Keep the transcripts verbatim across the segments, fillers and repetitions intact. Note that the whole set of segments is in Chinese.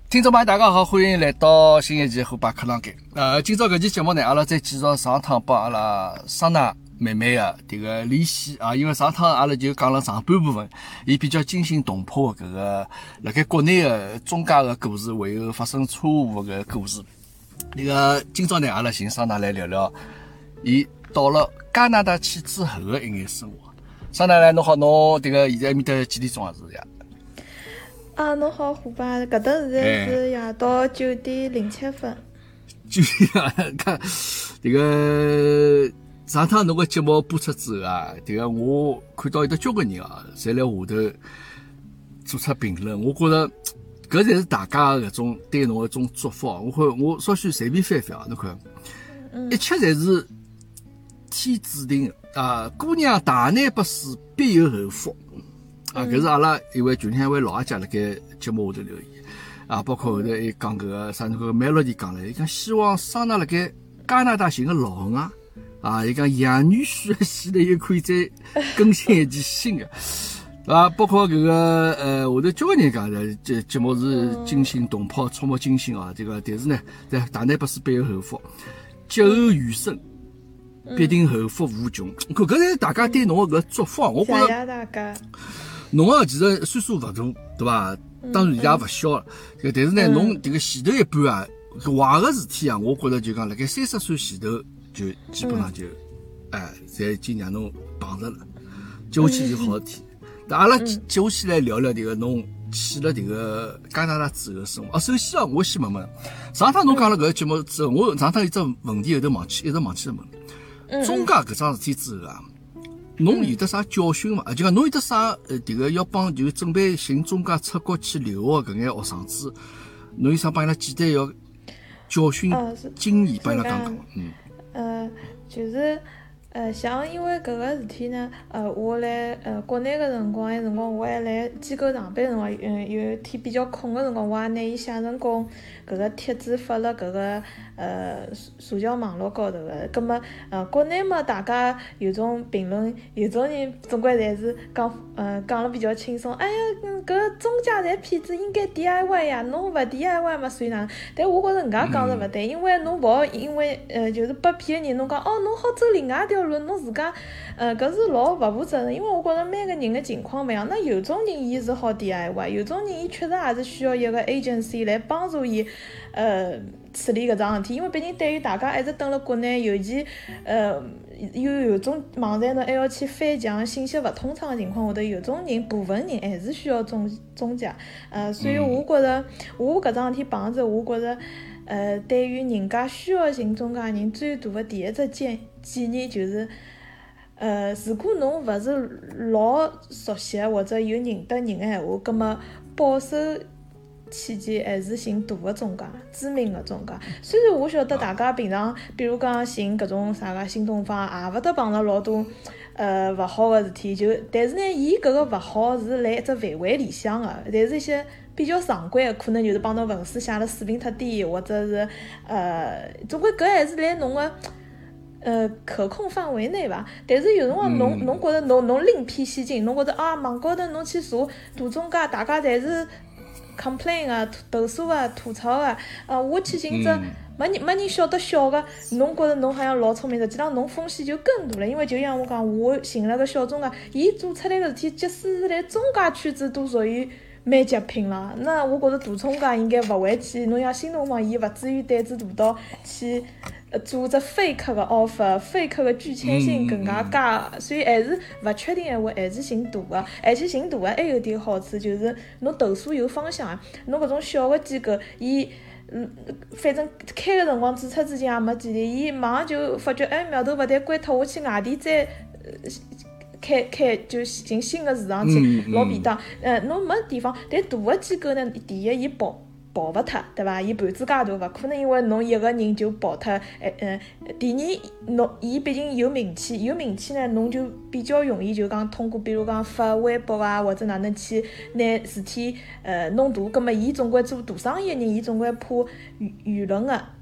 听众朋友大家好，欢迎来到新一期虎爸课堂间。呃，今朝搿期节目呢，阿拉再继续上趟帮阿拉桑娜妹妹的迭个联系啊，因为上趟阿拉就讲了上半部分，伊比较惊心动魄的搿个辣盖国内的中介的故事，会后发生错误的搿个故事。那个今朝呢，阿拉寻桑娜来聊聊，伊到了加拿大去之后的一眼生活。桑娜来，侬好，侬迭个现在埃面搭几点钟啊？是呀？ 啊，侬好，虎爸，搿搭现在是夜到九点零七分。 九点啊，看这个上趟侬个节目播出之后啊，这个我看到有得交关人啊，侪辣下头做出评论。我觉着搿才是大家搿种对侬一种祝福。我看我稍许随便翻翻啊，侬看，一切侪是天注定的啊！姑娘大难不死，必有后福。啊，搿是阿拉一位群里一位老阿姐辣盖节目下头留言啊，包括后头还讲搿个啥那个 Melody 讲了，伊讲希望桑娜辣盖加拿大寻个老公啊，啊，伊讲养女婿的戏呢又可以再更新一期新的，对伐？包括搿个呃，下头交关人讲的，这节目是惊心动魄、触目惊心啊，这个但是呢，在大难不死必有后福，劫后余生。必定后福无穷，看搿是大家对侬个搿祝福，我觉着。 谢谢大家。 侬啊，其实岁数勿大，对伐？当然现在也勿小了。但是呢，侬迭个前头一半啊，坏个事体啊，我觉着就讲辣盖三十岁前头就基本上就，哎，侪已经让侬碰着了。接下去就好事体。那阿拉接下去来聊聊迭个侬去了迭个加拿大之后生活。哦，首先啊，我先问问，上趟侬讲了搿个节目之后，我上趟有只问题后头忘记，一直忘记了问。中介搿桩事体之后啊，侬有得啥教训伐？就讲侬有得啥呃，迭个要帮就准备寻中介出国去留学搿眼学生子，侬有啥帮伊拉简单要教训经验帮伊拉讲讲？嗯， 呃，就是呃，像因为搿个事体呢，呃，我来呃国内个辰光，埃辰光我还来机构上班辰光，嗯，有一天比较空个辰光，我也拿伊写成功搿个帖子发了搿个呃社交网络高头个。葛末呃国内嘛，大家有种评论，有种人总归侪是讲呃讲了比较轻松。哎呀，搿中介侪骗子，应该 D I Y 呀，侬勿 D I Y 嘛，所以哪能？但我觉着人家讲是勿对，因为侬勿好因为呃就是被骗个人，侬讲哦侬好走另外一条路，侬自家呃搿是老勿负责任。因为我觉着每个人个情况勿一样，那有种人伊是好 D I Y， 有种人伊确实也是需要一个 agency 来帮助伊。呃，处理搿桩事体，因为毕竟对于大家一直蹲辣国内，尤其呃有有种网站侬还要去翻墙，信息勿通畅的情况下头，有种人部分人还是需要中中介。呃，所以我觉着我搿桩事体碰着，我觉着呃对于人家需要寻中介人最大的第一只建建议就是。呃，如果侬勿是老熟悉或者有认得人个闲话，葛末保守期间还是寻大个中介，知名个中介。虽然我晓得大家平常，比如讲寻搿种啥个新东方，也勿得碰着老多呃勿好个事体。就但是呢，伊搿个勿好是辣一只范围里向个，但是一些比较常规个，可能就是帮侬文书写了水平太低，或者是呃，总归搿还是辣侬个。呃，可控范围内吧，但是有辰光侬侬觉着侬侬另辟蹊径，侬觉着啊网高头侬去查大中介，大家侪是 complain 啊、投诉啊、吐槽啊，啊我去寻只没人没人晓得小个，侬觉着侬好像老聪明，实际上侬风险就更大了。因为就像我讲，我寻了个小中介，伊做出来个事体，即使是辣中介圈子都属于。蛮极品了，那我觉着大中介应该勿会去，侬像新东方，伊勿至于胆子大到去做只 fake 个 offer，fake 个拒签信更加加，所以还是勿确定闲话，还是寻大个，而且寻大个还有点好处，就是侬投诉有方向，侬搿种小个机构，伊嗯，反正开个辰光注册资金也没几钿，伊马上就发觉，哎，苗头勿对，关脱，我去外地再。呃开开就寻新个市场去，老便当。呃，侬没地方，但大个机构呢，第一伊跑跑勿脱，对伐？伊盘子介大，勿可能因为侬一个人就跑脱。哎嗯，第二，侬伊毕竟有名气，有名气呢，侬就比较容易就讲通过，比如讲发微博啊，或者哪能去拿事体呃弄大。葛末伊总归做大生意个人，伊总归怕舆舆论个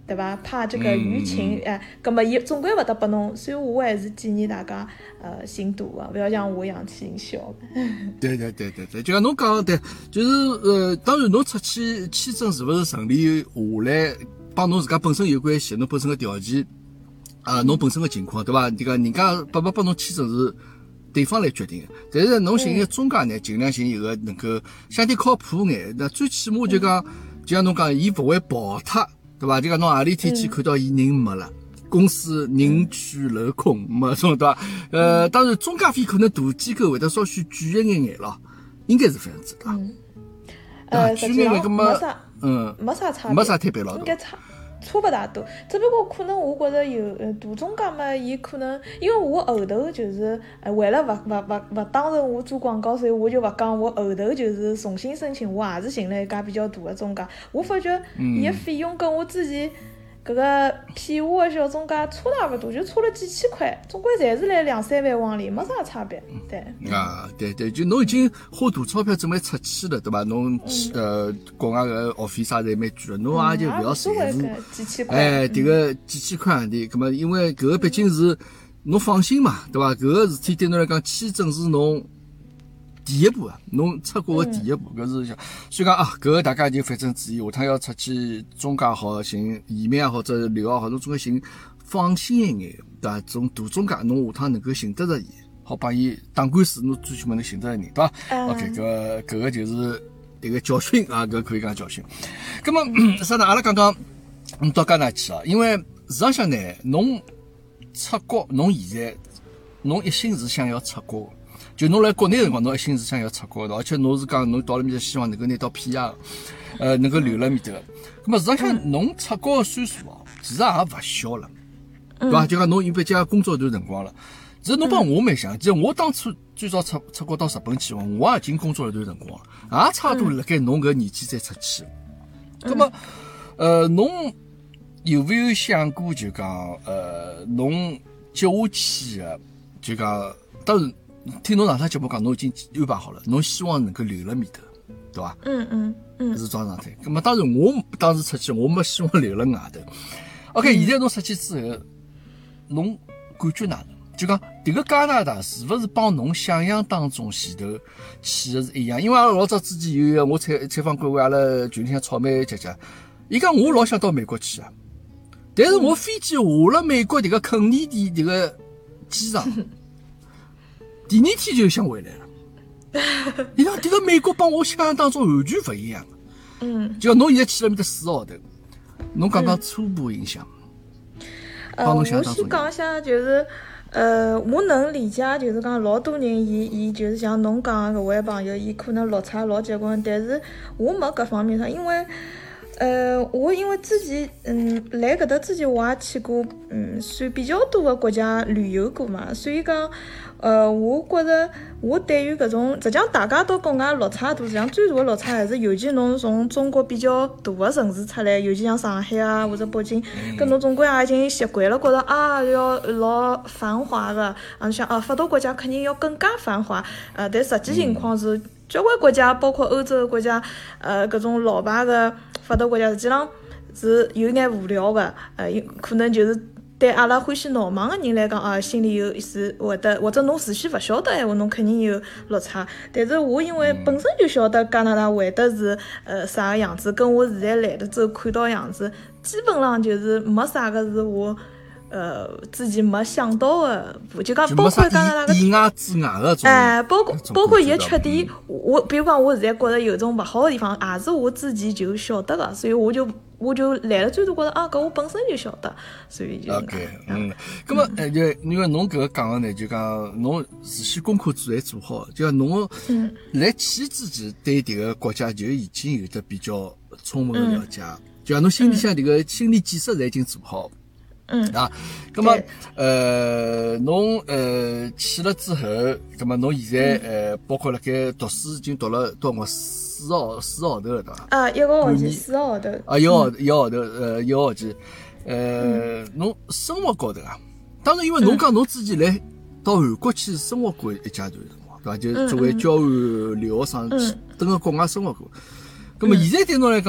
对伐？怕这个舆情，哎，葛么伊总归勿得拨侬，所以我还是建议大家呃寻大个，勿要像我一样去寻小个。 对对对对对，就像侬讲对，就是呃，当然侬出去签证是勿是顺利下来，帮侬自家本身有关系，侬本身个条件，啊、呃，侬本身个情况，对伐？这个人家拨勿拨侬签证是对方来决定的，但是侬寻一个中介呢，尽量寻一个能够相对靠谱眼，那最起码就讲，就像侬讲，伊勿会跑脱，对伐？就讲侬何里天去看到伊人没了。公司人去楼空，没种对伐？呃，当然中介费可能大机构会得稍许贵一眼眼咯，应该是这样子的。 嗯，呃，实际上没啥， 嗯， 没啥差别， 没啥特别老大， 应该差差不大多。只不过可能我觉着有呃大中介嘛，伊可能因为我后头就是呃为了勿勿勿勿当成我做广告，所以我就勿讲我后头就是重新申请，我也是寻了一家比较大的中介。我发觉伊个费用跟我之前搿个骗我个小中介差大勿多，就差了几千块，总归侪是来两三万往里，没啥差别。对。 啊，对对，就侬已经花大钞票准备出去了，对伐？侬去呃国外个学费啥侪蛮贵个，侬也就勿要擅自。 几千块。 哎，迭个几千块行钿，葛末因为搿个毕竟是侬放心嘛，对伐？搿个事体对侬来讲，签证是侬第一步啊，侬出国的第一步，搿是，所以讲啊，搿个大家就反正注意，下趟要出去中介好寻移民也好，或者留学好，侬总归寻放心一眼，对伐？种大中介侬下趟能够寻得着伊，好帮伊打官司，侬最起码能寻得着人，对伐、嗯、？OK， 搿个搿个就是一个教训啊，搿可以讲教训。葛末啥呢？阿拉讲讲，侬到加拿大去啊，因为实际上呢，侬出国，侬现在侬一心是想要出国。就侬来国内辰光，侬一心是想要出国的，而且侬是讲侬到了面搭希望能够拿到 P R， 呃，能够留辣面搭。咁么实际上侬出国的岁数哦，其实也勿小了，对伐？就讲侬毕竟工作一段辰光了。其实侬帮我蛮像，其实我当初最早出出国到日本去，我也已经工作了一段辰光了，也差不多辣盖侬搿年纪再出去。咁么，呃，侬有没有想过就讲，呃，侬接下去的就讲，当然。听侬上趟节目讲，侬已经安排好了，侬希望能够留辣面头，对伐？ 嗯嗯嗯， 是桩状态。咁么当然，我当时出去，我没希望留辣外头。OK， 现在侬出去之后，侬感觉哪能？就讲迭个加拿大是勿是帮侬想象当中前头去的是一样？因为阿拉老早之前有一个我采采访过位阿拉群里向草莓姐姐，伊讲我老想到美国去啊，但是我飞机下了美国迭个肯尼迪迭个机场。第二天就想回来了。你讲这个美国帮我想象当中完全不一样。 嗯， 就侬现在去了面的四个号头，侬讲讲初步印象。 呃，我先讲一下，就是呃，我能理解，就是讲老多人伊伊就是像侬讲搿位朋友，伊可能落差老结棍，但是我没搿方面上，因为。呃，我因为之前嗯来搿搭之前我也去过嗯算比较多个国家旅游过嘛，所以讲呃我觉着我对于搿种实际上大家到国外落差大，实际上最大的落差还是尤其侬从中国比较大个城市出来，尤其像上海啊或者北京，搿侬总归也已经习惯了，觉着啊要老繁华个，啊像啊发达国家肯定要更加繁华，呃但实际情况是。交关国家，包括欧洲的国家，呃，搿种老牌的发达国家，实际上是有眼无聊的，呃，有可能就是对阿拉欢喜闹忙的人来讲啊，心里有是会得，或者侬事先勿晓得闲话，侬肯定有落差。但是我因为本身就晓得加拿大会得是呃啥个样子，跟我现在来的之后看到样子，基本上就是没啥个是我。呃，自己没想到的，就讲包括加拿大个意外之外的种， 哎，包括包括伊个缺点，我比如讲，我现在觉着有种勿好的地方，也是我自己就晓得个，所以我就我就来了，最多觉着啊，搿我本身就晓得，所以就 OK， 嗯，咁么，呃，就因为侬搿个讲个呢，就讲侬事先功课做还做好，就讲侬来去之前对迭个国家就已经有得比较充分的了解，就讲侬心里向迭个心理建设侪已经做好。 嗯啊，那么呃，侬呃去了之后，那么侬现在呃，包括辣盖读书已经读了多少四号四号头了，对伐？ 啊，一个学期四个号头。 啊，一个号一个号头，呃，一个学期，呃，侬生活高头啊，当然因为侬讲侬之前来到韩国去生活过一阶段辰光，对伐？就作为交换留学生去等个国外生活过。咁么现在对侬来讲，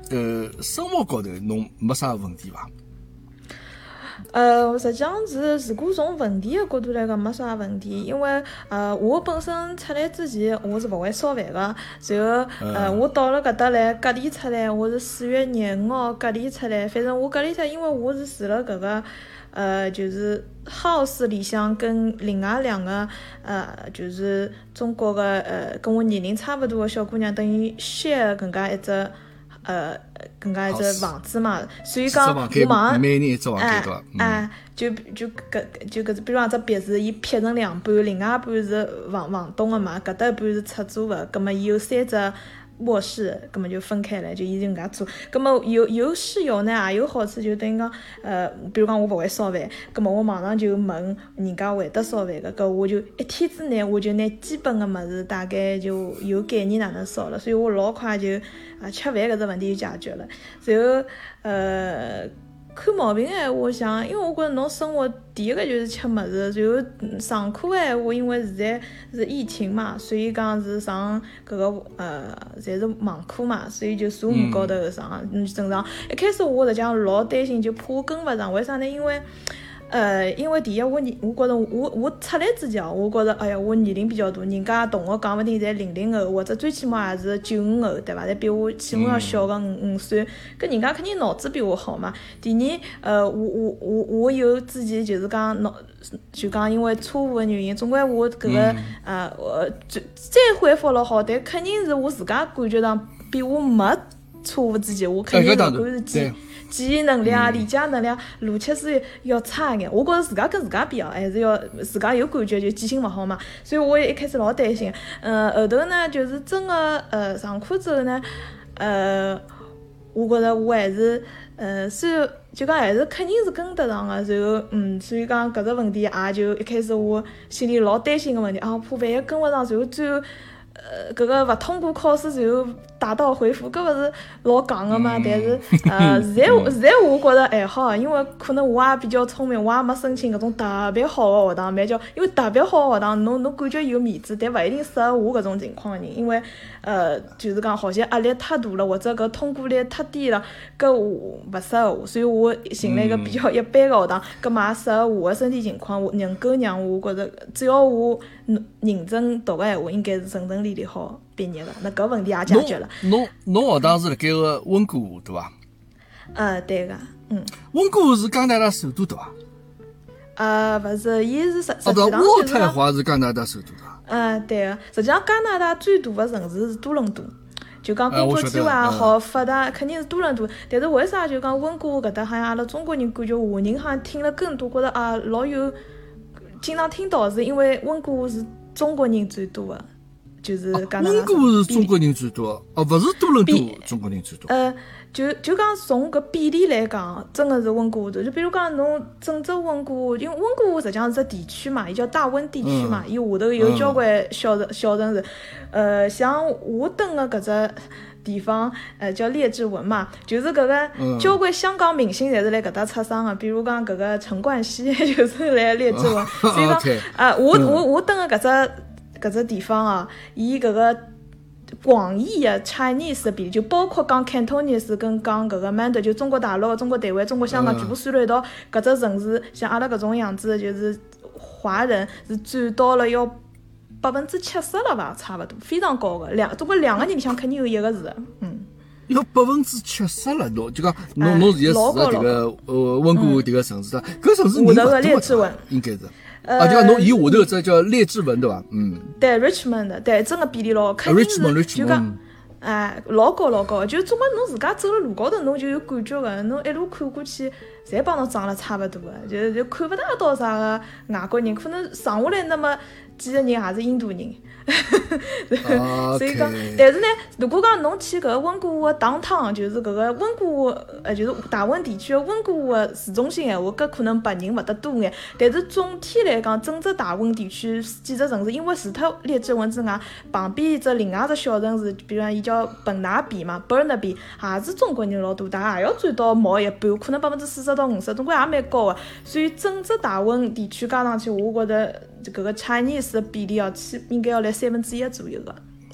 呃生活高头侬没啥问题伐？ 呃，实际上是，如果从问题的角度来讲，没啥问题，因为呃，我本身出来之前我是勿会烧饭的，然后呃，我到了搿搭来隔离出来，我是四月廿五号隔离出来，反正我隔离出来，因为我是住了搿个呃，就是 house 里向跟另外两个呃，就是中国的呃，跟我年龄差不多的小姑娘，等于 share 搿介一只。呃，更加一只房子嘛，所以讲我忙， 每年一只房间对伐？哎，就就搿就搿只，比如讲只别墅，伊劈成两半，另外一半是房房东的嘛，搿搭一半是出租的，葛末伊有三只卧室，葛末就分开来，就伊就搿能介做。葛末有有室友呢，也有好处，就等于讲，呃，比如讲我勿会烧饭，葛末我马上就问人家会得烧饭个，搿我就一天之内我就拿基本个物事大概就有概念哪能烧了，所以我老快就啊吃饭搿只问题就解决了。然后呃。看毛病闲话，想，因为我觉着侬生活第一个就是吃物事，然后上课闲话，因为现在是疫情嘛，所以讲是上搿个呃，侪是网课嘛，所以就 Zoom 高头上，嗯，正常。一开始我实际上老担心，就怕我跟勿上，为啥呢？因为。呃，因为第一，我年，我觉着我我出来之前，我觉着，哎呀，我年龄比较大，人家同学讲勿定侪零零后，或者最起码也是九五后，对伐？侪比我起码要小个五五岁，搿人家肯定脑子比我好嘛。第二，呃，我我我我有之前就是讲脑，就讲因为错误个原因，总归我搿个呃，呃，再再恢复了好，但肯定是我自家感觉上比我没错误之前，我肯定仍然是记。记忆能力啊，理解能力啊，逻辑是要差一眼。我觉着自家跟自家比啊，还是要自家有感觉就记性勿好嘛。所以我一开始老担心。呃，后头呢，就是真个呃上课之后呢，呃，我觉着我还是呃，虽然就讲还是肯定是跟得上个。然后嗯，所以讲搿只问题也就一开始我心里老担心个问题啊，怕万一跟勿上，然后最后。呃，搿个勿通过考试，然后打道回府，搿勿是老戆个嘛？但是呃，现在现在我觉着还好，因为可能我也比较聪明，我也没申请搿种特别好个学堂，蛮叫因为特别好个学堂，侬侬感觉有面子，但勿一定适合我搿种情况个人，因为呃，就是讲好像压力太大了，或者搿通过率太低了，搿我勿适合我，所以我寻了一个比较一般个学堂，搿嘛适合我个身体情况，我能够让我觉着，只要我认真读个闲话，应该是顺顺利利好毕业个。那搿问题也解决了。 侬侬学堂是辣盖个温哥对伐？ 呃，对个，嗯。 温哥是加拿大首都对伐？ 呃，勿是，伊是实实际上就是渥太华是加拿大首都对伐？ 呃，对个，实际上加拿大最大个城市是多伦多。就讲工作机会也好，发达肯定是多伦多。但是为啥就讲温哥搿搭好像阿拉中国人感觉华人好像听了更多，觉着啊老有，经常听到是因为温哥是中国人最多的，就是加拿大。 温哥是中国人最多，哦，勿是多伦多中国人最多。 呃，就就讲从搿比例来讲，真的是温哥多。就比如讲侬整只温哥，因为温哥实际上是只地区嘛，伊叫大温地区嘛，伊下头有交关小城小城市。呃，像我蹲个搿只地方，呃，叫列治文嘛，就是搿个交关香港明星侪是来搿搭出生个，比如讲搿个陈冠希就是来列治文，所以讲啊，我我我蹲个搿只搿只地方啊，伊搿个广义的 Chinese 的比例，就包括讲 Cantonese 跟讲搿个 Mandarin，就中国大陆、中国台湾、中国香港全部算了一道，搿只城市像阿拉搿种样子，就是华人是占到了要百分之七十了吧，差勿多，非常高个。两，总归两个人里向肯定有一个是，嗯。 要百分之七十了，侬就讲侬侬现在住的迭个呃温哥迭个城市的，搿城市人勿多啊，应该是。啊，就讲侬伊下头这叫列治文对伐？嗯。 对 ，Richmond， 对，真个比例老，肯定是就讲，哎，老高老高，就总归侬自家走了路高头，侬就有感觉个，侬一路看过去，侪帮侬长了差勿多个，就就看勿大到啥个外国人，可能上下来那么几个人也是印度人。所以讲，但是呢，如果讲侬去搿个温哥华 downtown， 就是搿个温哥华，呃，就是大温地区的温哥华市中心闲话，搿可能白人勿得多眼。但是总体来讲，整只大温地区几只城市，因为除脱列治文之外，旁边一只另外一只小城市，比如讲伊叫本拿比嘛 ，Burnaby， 也是中国人老多，但也要占到毛一半，可能百分之四十到五十，总归也蛮高的。所以整只大温地区加上去，我觉得搿个 Chinese 的比例要起，应该要来三分之一左右个，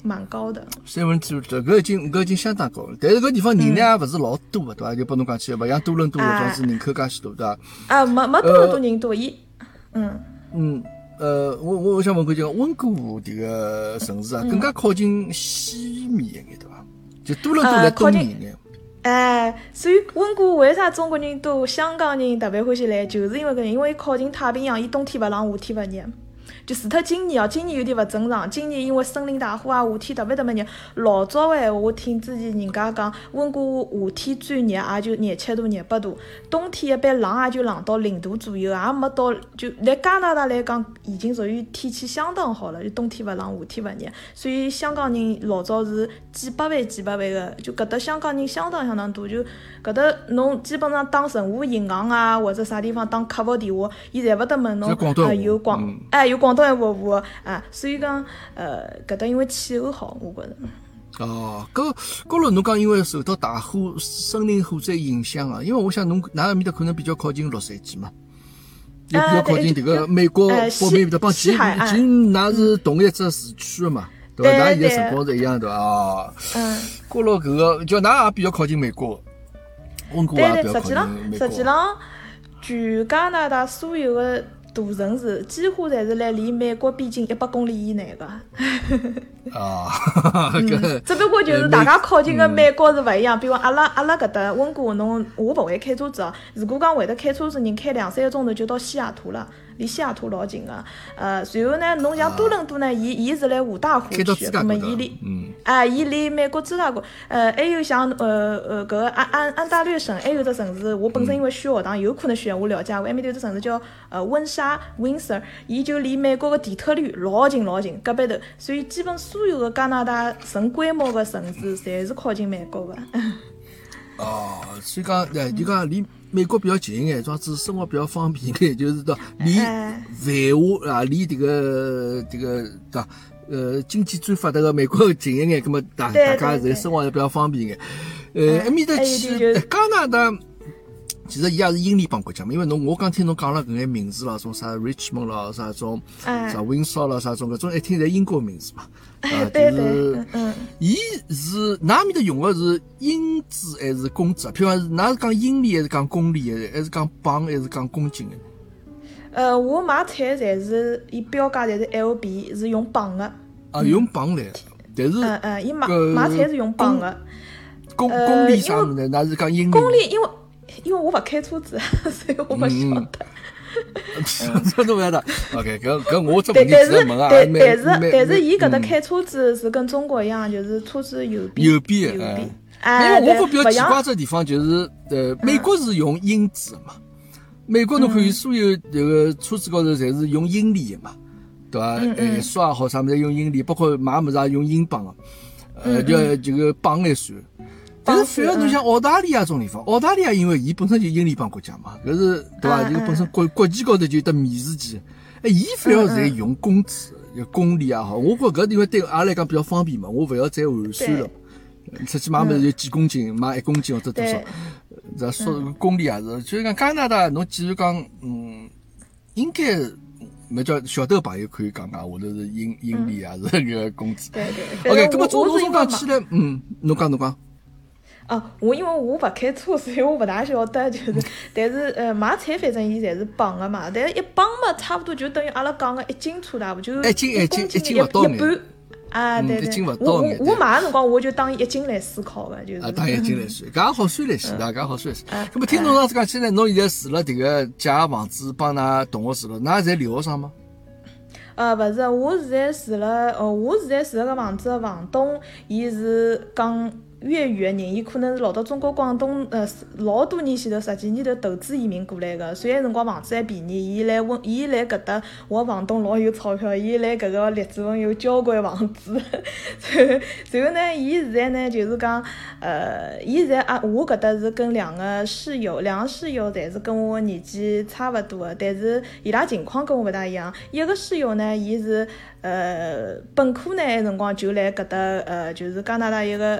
蛮高的。 三分之五，搿已经搿已经相当高了。但是搿地方人呢也勿是老多个，对伐？就拨侬讲起，勿像多伦多搿种是人口介许多，对伐？ 啊，没没多伦多人多，伊，嗯嗯。呃，我我我想问看，就温哥华迭个城市啊，更加靠近西面一眼，对伐？就多伦多来东面一眼。 哎，所以温哥华为啥中国人多，香港人特别欢喜来，就是因为搿，因为靠近太平洋，伊冬天勿冷，夏天勿热。就除脱今年哦，今年有点勿正常。今年因为森林大火啊，夏天特别特别热。老早个闲话，我听之前人家讲，温哥华夏天最热也就廿七度、廿八度，冬天一般冷也就冷到零度左右，也没到。就来加拿大来讲，已经属于天气相当好了，就冬天勿冷，夏天勿热。所以香港人老早是几百万、几百万个，就搿搭香港人相当相当多。就搿搭侬基本上打任何银行啊，或者啥地方打客服电话，伊侪勿得问侬啊有广哎有广东闲话务啊，所以讲呃搿搭因为气候好，我觉着。 哦，搿高头侬讲因为受到大火、森林火灾影响啊，因为我想侬㑚埃面搭可能比较靠近洛杉矶嘛，也比较靠近迭个美国北面搭帮其实㑚是同一只时区个嘛，对伐？㑚现在辰光是一样对伐？哦，嗯，高头搿个就㑚也比较靠近美国，温哥华也比较靠近美国。 实际上，全加拿大所有个大城市几乎侪是辣离美国边境一百公里以内个。 啊， 嗯，只不过就是大家靠近个美国是勿一样。比如阿拉阿拉搿搭温哥华，侬我勿会开车子哦。如果讲会得开车子人，开两三个钟头就到西雅图了，离西雅图老近个。呃，随后呢，侬像多伦多呢，伊伊是辣五大湖区，葛末伊离， 嗯， 啊，伊离美国芝加哥，呃，还有像呃呃搿个安安安大略省，还有只城市，我本身因为选学堂，有可能选我了解，我埃面头有只城市叫呃温莎 Windsor， 伊就离美国个底特律老近老近，隔壁头，所以基本所有个加拿大成规模个城市，侪是靠近美国个。 哦，所以讲，哎，就讲离美国比较近一眼，装子生活比较方便一眼，就是到离繁华啊，离这个这个对吧？呃，经济最发达的美国近一眼，那么大大家侪生活也比较方便一眼。呃，埃面搭去加拿大。其实伊也是英联邦国家嘛，因为侬我刚听侬讲了搿眼名字啦，种啥 Richmond 啦，啥种啥 Windsor 啦，啥种搿种一听侪英国名字嘛。啊，就是嗯，伊是㑚面搭用的是英制还是公制啊？譬如讲是㑚是讲英里还是讲公里还是讲磅还是讲公斤的？ 呃，我买菜侪是伊标价侪是 L B， 是用磅的。 啊，用磅来，但是嗯嗯，伊买买菜是用磅的。 公公里啥物事？㑚是讲英里？ 公里，因为。因为我勿开车子，所以我勿晓得。 这都勿晓得。OK， 搿搿我这问题直接问啊。 但但是但是伊搿搭开车子是跟中国一样，就是车子邮币。 邮币邮币。 因为我觉比较奇怪这地方就是呃，美国是用英制嘛，美国侬看伊所有这个车子高头侪是用英里的嘛，对伐？哎，刷也好啥物事用英里，包括买物事也用英镑个，呃，就这个磅来算。但是反而侬像澳大利亚这种地方，澳大利亚因为伊本身就英联邦国家嘛，搿是对伐？就本身国国旗高头就有得米字旗，哎，伊反而侪用公制，有公里也好，我觉搿因为对阿拉来讲比较方便嘛，我勿要再换算了。出去买物事就几公斤，买一公斤或者多少，这说公里也是。就是讲加拿大，侬既然讲，嗯，应该那叫晓得朋友可以讲讲，下头是英英里还是搿个工资。 对对。 OK，搿么从侬讲起来，嗯，侬讲侬讲。 啊，我因为我勿开车，所以我勿大晓得，就是，但是呃，买菜反正伊侪是磅个嘛，但是一磅嘛，差不多就等于阿拉讲个一斤差大，就一斤一斤一斤勿到一半。啊，对对，我我我买个辰光我就当一斤来思考个，就是。 啊，当一斤来算，搿也好算来算，搿也好算来算。搿么听侬上次讲起来，侬现在住了迭个借个房子，帮㑚同学住了，㑚侪留学生吗？ 呃，勿是，我现在住了，呃，我现在住了个房子个房东，伊是讲粤语个人，伊可能是老到中国广东，呃，老多年前头，十几年头投资移民过来个，所以辰光房子还便宜。伊来问，伊来搿搭，我房东老有钞票，伊来搿个列治文有交关房子。然后呢，伊现在呢就是讲，呃，伊现在啊，我搿搭是跟两个室友，两个室友侪是跟我年纪差勿多个，但是伊拉情况跟我勿大一样。一个室友呢，伊是呃本科呢，埃辰光就来搿搭，呃，就是加拿大一个温哥华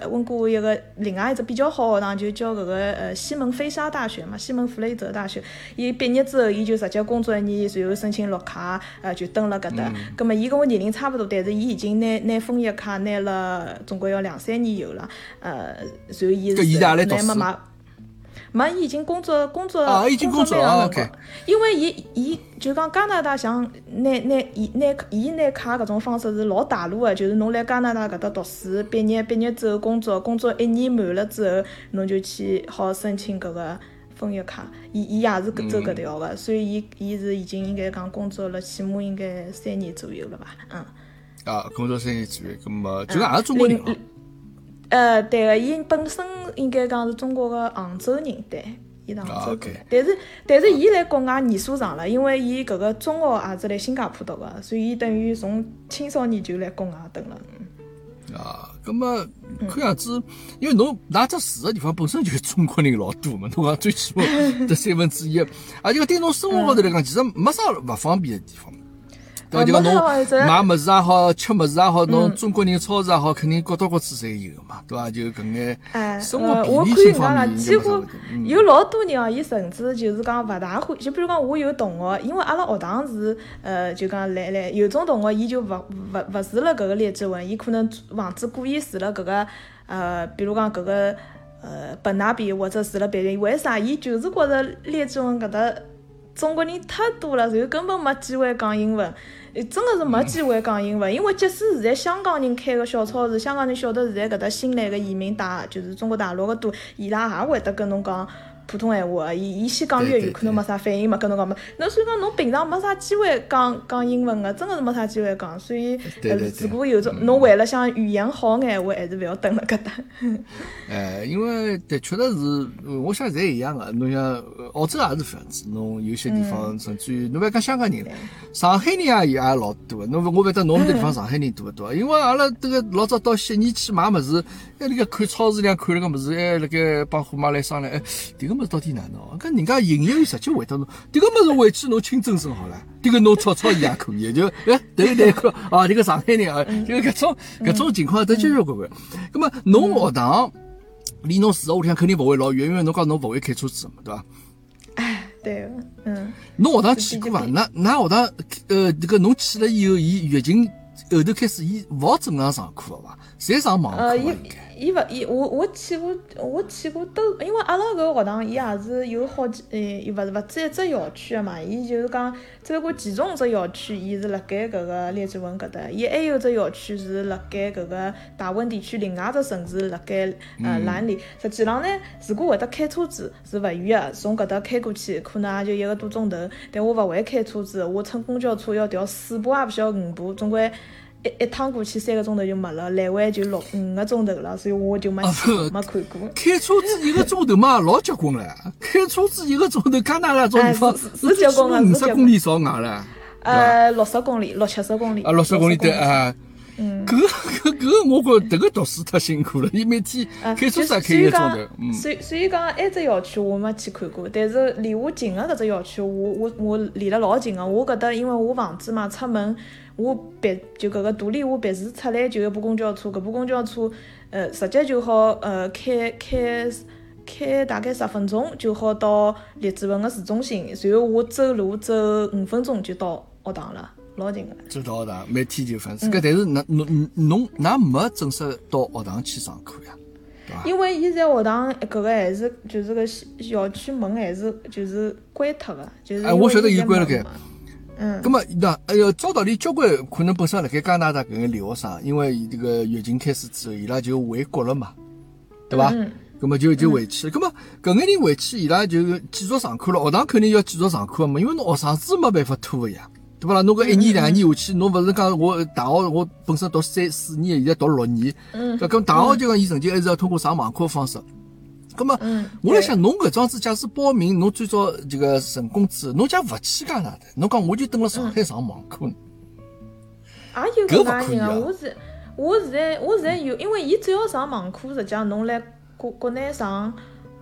过一个另外一只比较好学堂，就叫搿个呃西门菲沙大学嘛，西门弗雷泽大学。伊毕业之后，伊就直接工作一年，然后申请绿卡，呃，就登了搿搭。葛末伊跟我年龄差不多，但是伊已经拿拿枫叶卡拿了，总归要两三年有了。呃，然后伊是拿妈妈。没，伊已经工作工作啊，已经工作了。 OK。 因为伊伊就讲加拿大像拿拿伊拿伊拿卡搿种方式是老大陆的，就是侬来加拿大搿搭读书，毕业毕业之后工作，工作一年满了之后，侬就去好申请搿个枫叶卡。伊伊也是搿走搿条的，嗯、所以伊伊是已经应该讲工作了，起码应该三年左右了吧？嗯。 啊，工作三年左右，葛末就也是中国人哦。 呃，对个，伊本身应该讲是中国的杭州人，对，伊是杭州过来。但是但是伊来国外年数长了，因为伊搿个中学也是来新加坡读个，所以伊等于从青少年就来国外读了。 啊，葛么看样子，因为侬㑚只住个地方本身就是中国人老多嘛，侬讲最起码得三分之一，而且对侬生活高头来讲，其实没啥勿方便的地方。对伐？就讲侬买物事也好，吃物事也好，侬中国人超市也好，肯定各到各处侪有嘛，对伐？就搿眼生活便利性方面， 几乎有老多人哦，伊甚至就是讲勿大欢，就比如讲我有同学，因为阿拉学堂是呃，就讲来来，有种同学伊就勿勿勿住了搿个列治文，伊可能房子故意住了搿个呃，比如讲搿个呃本纳比或者住了别人，为啥？伊就是觉着列治文搿搭中国人太多了，然后根本没机会讲英文。真的是没机会讲英文，因为即使现在香港人开个小超市，香港人晓得现在搿搭新来个移民大，就是中国大陆个多，伊拉也会得跟侬讲普通闲话，伊伊先讲粤语，可能没啥反应嘛，跟侬讲嘛。那所以讲侬平常没啥机会讲讲英文个，真的是没啥机会讲。所以，呃，如果有种侬为了想语言好眼话，还是勿要蹲辣搿搭。 哎，因为的确的是，我想侪一样个。侬像澳洲也是搿样子，侬有些地方甚至于侬勿要讲香港人，上海人也也老多。侬我勿晓得侬搿地方上海人多勿多？因为阿拉迭个老早到悉尼去买物事，还辣盖看超市里向看那个物事，还辣盖帮货妈来商量，哎，迭个物事到底哪能？搿人家营业员直接回答侬，迭个物事回去侬清真身好了，迭个侬抄抄伊也可以，就哎对对看啊，迭个上海人啊，就搿种搿种情况得交交关关。葛末侬学堂离侬住个屋里向肯定勿会老远，因为侬讲侬勿会开车子嘛，对伐？ 哎，对，嗯。 侬学堂去过伐？㑚㑚学堂呃，迭个侬去了以后，伊疫情后头开始，伊勿好正常上课个伐？侪上网课呃，伊伊勿伊我我去过我去过都，因为阿拉搿个学堂伊也是有好几诶，伊勿是勿止一只校区个嘛，伊就是讲只过其中一只校区，伊是辣盖搿个列治文搿搭，伊还有只校区是辣盖搿个大温地区另外一只城市辣盖呃兰里。实际上呢，如果会得开车子是勿远个，从搿搭开过去可能也就一个多钟头。但我勿会开车子，我乘公交车要调四部也勿晓得五部，总归。一一趟过去三个钟头就没了，来回就六五个钟头了，所以我就没去过、啊、没看过。 开车子一个钟头嘛，老结棍了。开车子一个钟头，加拿大种地方是结棍的， 五十公里少外了。 呃，六十公里，六七十公里。 啊，六十公里对啊。 嗯， 搿搿搿，我觉迭个读书太辛苦了，伊每天开车子开一个钟头。嗯。 所以所以讲，埃只校区我没去看过，但是离我近的搿只校区，我我我离了老近个。我搿搭因为我房子嘛，出门。我别就搿个独立屋别墅出来就有部公交车，搿部公交车呃直接就好呃开开开大概十分钟就好到列治文个市中心，然后我走路走五分钟就到学堂了，老近个。 就到学堂，每天就反正搿，但是侬侬侬㑚没正式到学堂去上课呀，对伐？ 因为现在学堂搿个还是就是个校区门还是就是关脱个，就是哎，我晓得伊关了盖。 嗯， 咁么那哎哟，照道理交关可能本身辣盖加拿大搿个留学生，因为这个疫情开始之后，伊拉就回国了嘛，对伐？嗯。咁么就就回去，咁么搿眼人回去，伊拉就继续上课了。学堂肯定要继续上课嘛，因为侬学生子没办法拖个呀，对伐啦？侬搿一年两年下去，侬勿是讲我大学我本身读三四年，现在读六年，嗯。咁大学就讲伊成绩还是要通过上网课方式。咁么，嗯、我辣想，侬搿桩子假使报名，侬最早这个成功之后，侬假勿去加拿大，侬讲我就蹲辣上海上网课呢？ 也有搿能人啊！我是我现在我现在有，因为伊只要上网课，实际上侬来国国内上，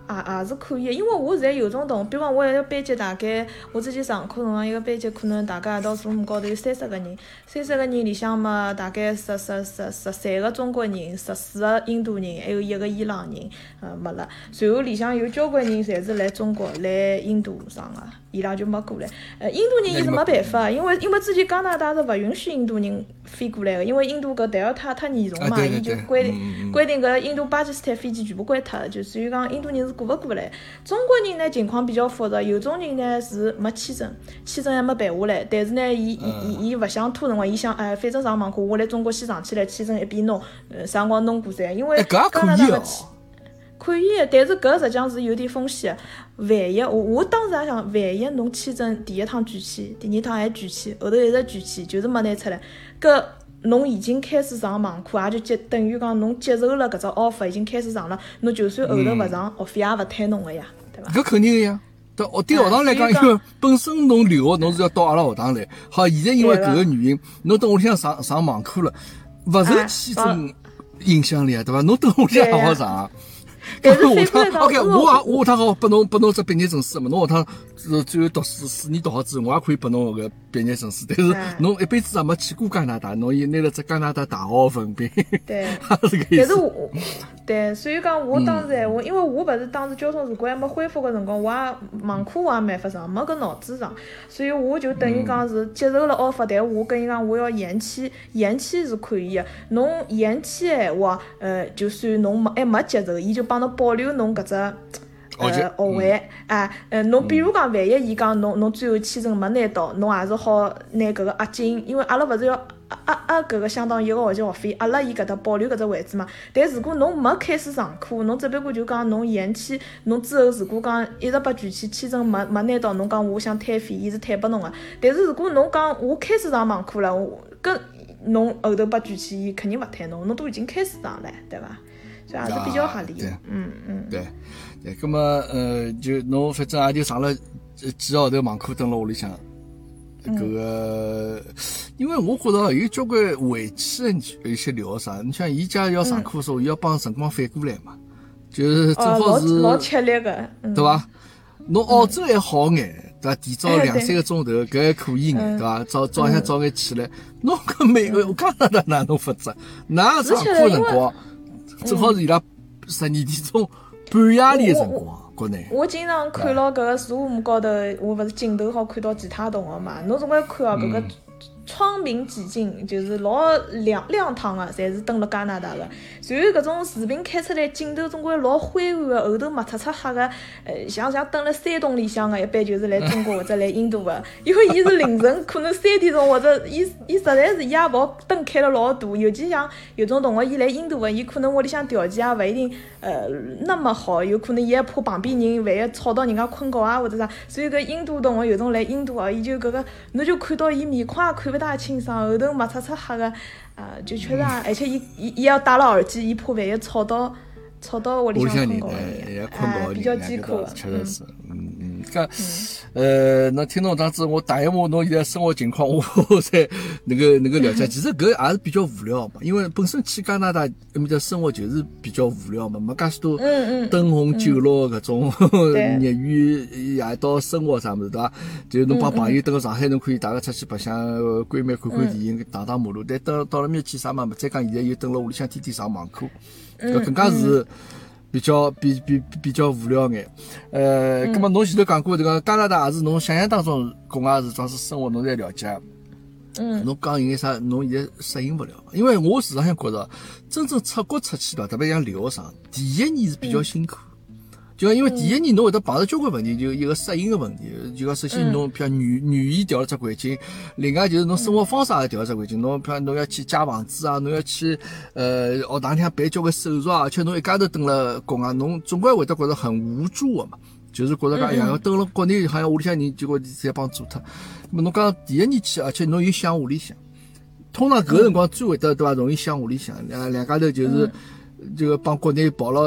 也也是可以的，因为我现在有种同，比方我一个班级大概我之前上课辰光，一个班级可能大概一道 Zoom 高头有三十个人，三十个人里向嘛，大概十十十十三个中国人，十四个印度人，还有一个伊朗人，呃没了。随后里向有交关人侪是来中国来印度上个，伊拉就没过来。呃，印度人伊是没办法，因为因为之前加拿大是勿允许印度人飞过来个，因为印度搿 Delta 太严重嘛，伊就规定规定搿印度巴基斯坦飞机全部关脱，就属于讲印度人是过勿过来。中国人呢情况比较复杂，有种人呢是没签证，签证还没办下来，但是呢，伊伊伊伊勿想拖辰光，伊想哎，反正上网课，我来中国先上起来，签证一边弄，呃，啥辰光弄过噻？因为加拿大个签可以，但是搿实际上是有点风险。万一我我当时也想，万一侬签证第一趟拒签，第二趟还拒签，后头一直拒签，就是没拿出来，搿侬已经开始上网课，也就接等于讲侬接受了搿只 offer， 已经开始上了，侬就算后头勿上，学费也勿退侬个呀，对伐？ 搿肯定个呀。对学对学堂来讲，因为本身侬留学侬是要到阿拉学堂来，好，现在因为搿个原因，侬等屋里向上上网课了，勿受签证影响了呀，对伐？侬等屋里向好好上。 但是反过来讲 ，OK， 我也我下趟好拨侬拨侬只毕业证书嘛，侬下趟是最后读书四年读好之后，我也可以拨侬搿毕业证书。但是侬一辈子也没去过加拿大，侬也拿了只加拿大大学文凭。 对， 是搿意思。 但是我，对，所以讲我当时闲话，因为我勿是当时交通事故还没恢复个辰光，我也网课我也没法上，没搿脑子上，所以我就等于讲是接受了 offer，但我跟伊讲我要延期，延期是可以个。侬延期个闲话，呃，就算侬没还没接受，伊就帮侬保留侬搿只呃学位，哎，呃，侬比如讲，万一伊讲侬侬最后签证没拿到，侬也是好拿搿个押金，因为阿拉勿是要压压压搿个相当于一个学期学费，压辣伊搿搭保留搿只位置嘛。但如果侬没开始上课，侬只不过就讲侬延期，侬之后如果讲一直被拒签，签证没没拿到，侬讲我想退费，伊是退拨侬个。但是如果侬讲我开始上网课了，搿侬后头被拒签，伊肯定勿退侬，侬都已经开始上了，对伐？所以还是比较合理的。嗯嗯。 对。对，葛么呃，就侬反正也就上了几个号头网课，蹲辣屋里向，搿个，因为我觉着有交关回去的一些留学生，你像伊家要上课的时候，伊要帮辰光反过来嘛，就是正好是老吃力个， 对伐？侬澳洲还好眼，对伐？提早两三个钟头，搿还可以眼，对伐？早早向早眼起来，侬搿美国加拿大哪能法子？哪上课辰光正好是伊拉十二点钟。半夜里的辰光，国内我经常看牢搿个 Zoom 高头，我勿是镜头好看到其他同学嘛，侬总归看哦，搿个窗明几净，就是老亮亮堂个，侪是蹲辣加拿大个。随后搿种视频开出来，镜头总归老灰暗个，后头墨擦擦黑个，呃，像像蹲辣山洞里向个，一般就是来中国或者来印度个，因为伊是凌晨可能三点钟或者伊伊实在是夜跑灯开了老大，尤其像有种同学伊来印度个，伊可能屋里向条件也勿一定呃那么好，有可能伊还怕旁边人万一吵到人家困觉啊或者啥，所以搿印度同学有种来印度哦，伊就搿个侬就看到伊面孔也看勿大清爽，后头墨擦擦黑个，啊、呃，就确实啊，而且伊伊伊要戴了耳机，伊怕万一吵到吵到屋里向困觉人，哎， 比较艰苦的， 确实是，嗯嗯，搿呃，那听侬这样子，我打一下侬现在生活情况，我才能够能够了解。其实搿也是比较无聊嘛，因为本身去加拿大埃面搭生活就是比较无聊嘛，没介许多灯红酒绿搿种业余夜到生活啥物事，对伐？就侬帮朋友蹲辣上海，侬可以大家出去白相，闺蜜看看电影，打打马路。但到到了面去啥嘛？再讲现在又蹲辣屋里向天天上网课，搿更加是。比较比比比较无聊眼，呃，葛末侬前头讲过这个加拿大也是侬想象当中国外是装是生活侬侪了解， 嗯， 侬讲有眼啥侬现在适应勿了，因为我事实上觉着真正出国出去了，特别像留学生，第一年是比较辛苦。就因为第一年侬会得碰到交关问题，就一个适应个问题，就讲首先侬譬如语语言调了只环境，另外就是侬生活方式也调了只环境，侬譬如侬要去借房子啊，侬要去呃学堂里向办交关手续啊，而且侬一家头蹲辣国外，侬总归会得觉着很无助个嘛，就是觉着讲哎呀，蹲辣国内好像屋里向人结果侪帮做脱。那么侬讲第一年去，而且侬又想屋里向，通常搿个辰光最会得对伐，容易想屋里向，两两家头就是就帮国内跑了。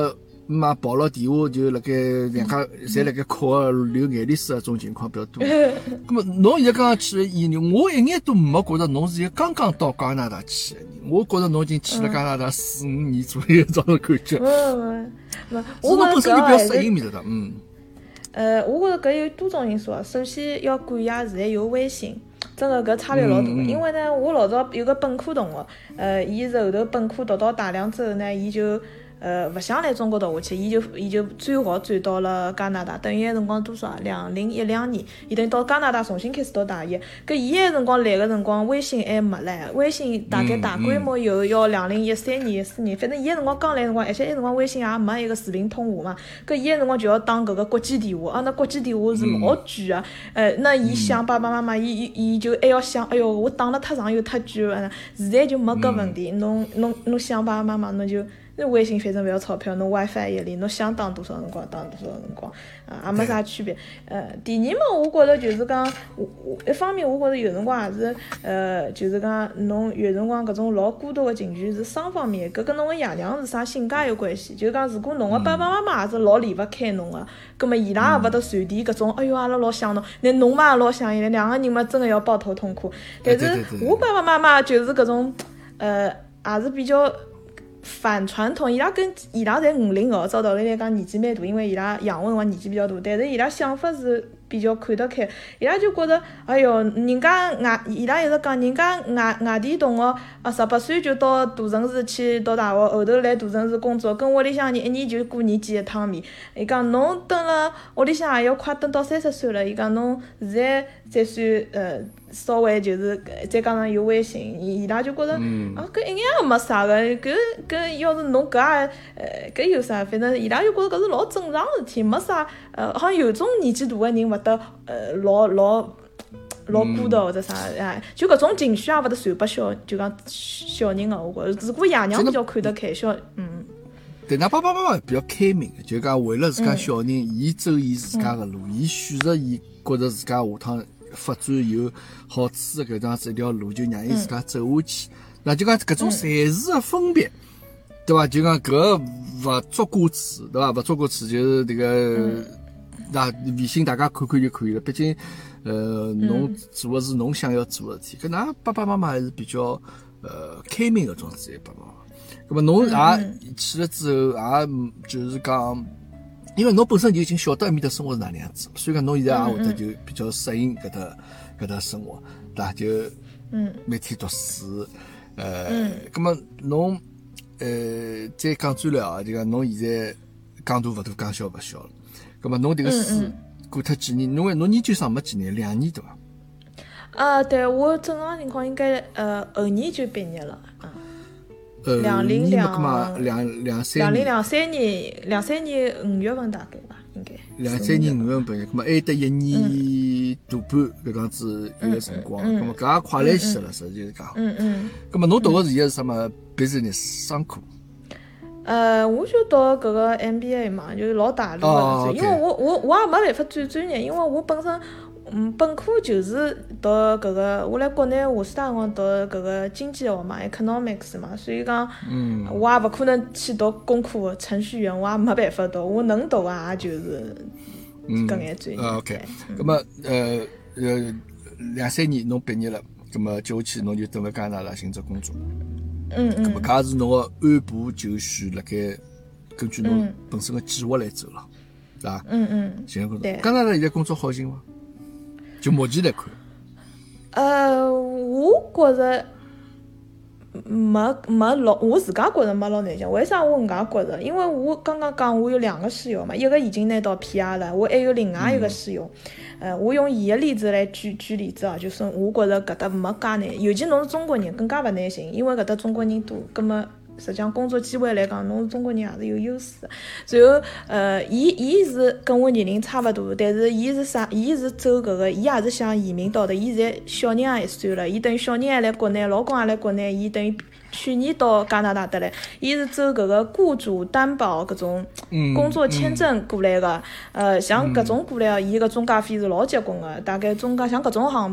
嘛跑了电话就辣盖两家侪辣盖哭个流眼泪水啊，种情况比较多。咁么侬现在刚刚去了一年，我一眼都没觉着侬是一个刚刚到加拿大去个人，我觉着侬已经去了加拿大四五年左右种感觉。 嗯，没，我觉着本身就比较适应面搭的，嗯。 呃，我觉着搿有多种因素啊。首先要感谢现在有微信，真的搿差别老大。 嗯嗯、 因为呢，我老早有个本科同学，呃，伊是后头本科读到大两之后呢，伊就呃勿想来中国读下去，伊就伊就转学转到了加拿大。等于个辰光多少啊？两零一两年，伊等于到加拿大重新开始读大学。搿伊个辰光来个辰光，微信还没唻，微信大概大规模有要两零一三年、一四年，反正伊个辰光刚来辰光，而且埃辰光微信也没一个视频通话嘛。搿伊个辰光就要打搿个国际电话，啊，那国际电话是老贵个，呃，那伊想爸爸妈妈，伊伊伊就还要想，哎哟，我打了太长又太贵了。现在就没搿问题，侬侬侬想爸爸妈妈，侬就。那微信反正勿要钞票，侬 WiFi 一里，侬想打多少辰光打多少辰光，啊，也没啥区别。呃，第二嘛，我觉着就是讲，我我一方面我觉着有辰光也是，呃，就是讲侬有辰光搿种老孤独个情绪是双方面，搿跟侬个爷娘是啥性格有关系。就讲如果侬个爸爸妈妈也是老离勿开侬个，葛末伊拉也勿得传递搿种，哎哟，阿拉老想侬，那侬嘛也老想伊拉，两个人嘛真个要抱头痛哭。但是我爸爸妈妈就是搿种，呃，也是比较。反传统，伊拉跟伊拉侪五零后，照道理来讲年纪蛮大，因为伊拉养我辰光年纪比较大，但是伊拉想法是比较看得开，伊拉就觉着，哎哟，人家外，伊拉一直讲，人家外外地同学啊，十八岁就到大城市去读大学，后头来大城市工作，跟屋里向人一年就过年见一趟面。伊讲侬等了屋里向也要快等到三十岁了，伊讲侬现在才算呃稍微就是再加上有微信，伊拉就觉着、嗯、啊搿一眼也没啥个，搿搿要是侬搿也呃搿有啥？反正伊拉就觉着搿是老正常事体，没啥呃，好像有种年纪大个人勿得呃老老老孤独或者啥哎，就搿种情绪也勿得传拨小，就讲小人个，我觉着，如果爷娘比较看得开，小嗯。 对，㑚爸爸妈妈比较开明，就讲为了自家小人，伊、嗯、走伊自家个路，伊、嗯、选择伊觉着自家下趟发展有好处的搿样子一条路，就让伊自家走下去。那、嗯、就讲搿种暂时的分别，对伐？就讲搿个勿足挂齿，对伐？勿足挂齿就是迭个，那微信大家看看就可以了。毕竟，呃，侬做的是侬想要做的事体，搿㑚爸爸妈妈还是比较呃开明搿种职业爸爸妈妈。咁么侬也去了之后，也就是讲，因为侬本身就已经晓得埃面的生活是哪能样子，所以讲侬现在也会得就比较适应搿搭搿搭生活，对伐？就每天读书，呃，咁么侬呃再讲转来啊，就讲侬现在讲大勿大，讲小勿小了。咁么侬迭个书过脱几年？侬侬研究生没几年，两年对伐？ 啊，对，我正常情况应该呃后年就毕业了啊。 呃， 两零两两两三两零两三年，两三年五月份大概吧，应该。 两三年五月份毕业，咁么还得一年大半搿样子一个辰光，咁么搿也快来些了，实际是讲。 嗯嗯。 咁么侬读个事业是啥么 ？business 商科。 呃，我就读搿个 M B A 嘛，就是老大路个， 哦、 因为我我我也没办法转专业，因为我本身。嗯，本科就是读搿个，我来国内华师大辰光读搿个经济学嘛 ，economics 嘛，所以讲，嗯，我也勿可能去读工科程序员，我也没办法读，我能读个也就是搿眼专业。 嗯、OK，咁么呃呃两三年侬毕业了，咁么接下去侬就等辣加拿大寻找工作。 嗯嗯。 咁么搿是侬个按部就绪，辣盖根据侬本身个计划来走了，是伐？ 嗯嗯。 寻工作，加拿大现在工作好寻伐？就目前来看， 呃，我觉着没没老，我自家觉着没老难寻。为啥我搿能介觉着？因为我刚刚讲我有两个室友嘛，一个已经拿到 P R 了，我还有另外一个室友。嗯、呃，我用伊个例子来举举例子啊，就是我觉着搿搭没介难，尤其侬是中国人，更加勿难寻，因为搿搭中国人多，葛末。实际上工作机会来讲，侬是中国人也是有优势的。然后，呃，伊伊是跟我年龄差勿多，但是伊是啥？伊是走搿个，伊也是想移民到的。伊现在小人也一岁了，伊等于小人还来国内，老公也来国内，伊等于去年到加拿大得来。伊是走搿个雇主担保搿种工作签证过来的。嗯嗯、呃，像搿种过来，伊个中介费是老结棍的，大概中介像搿种项目。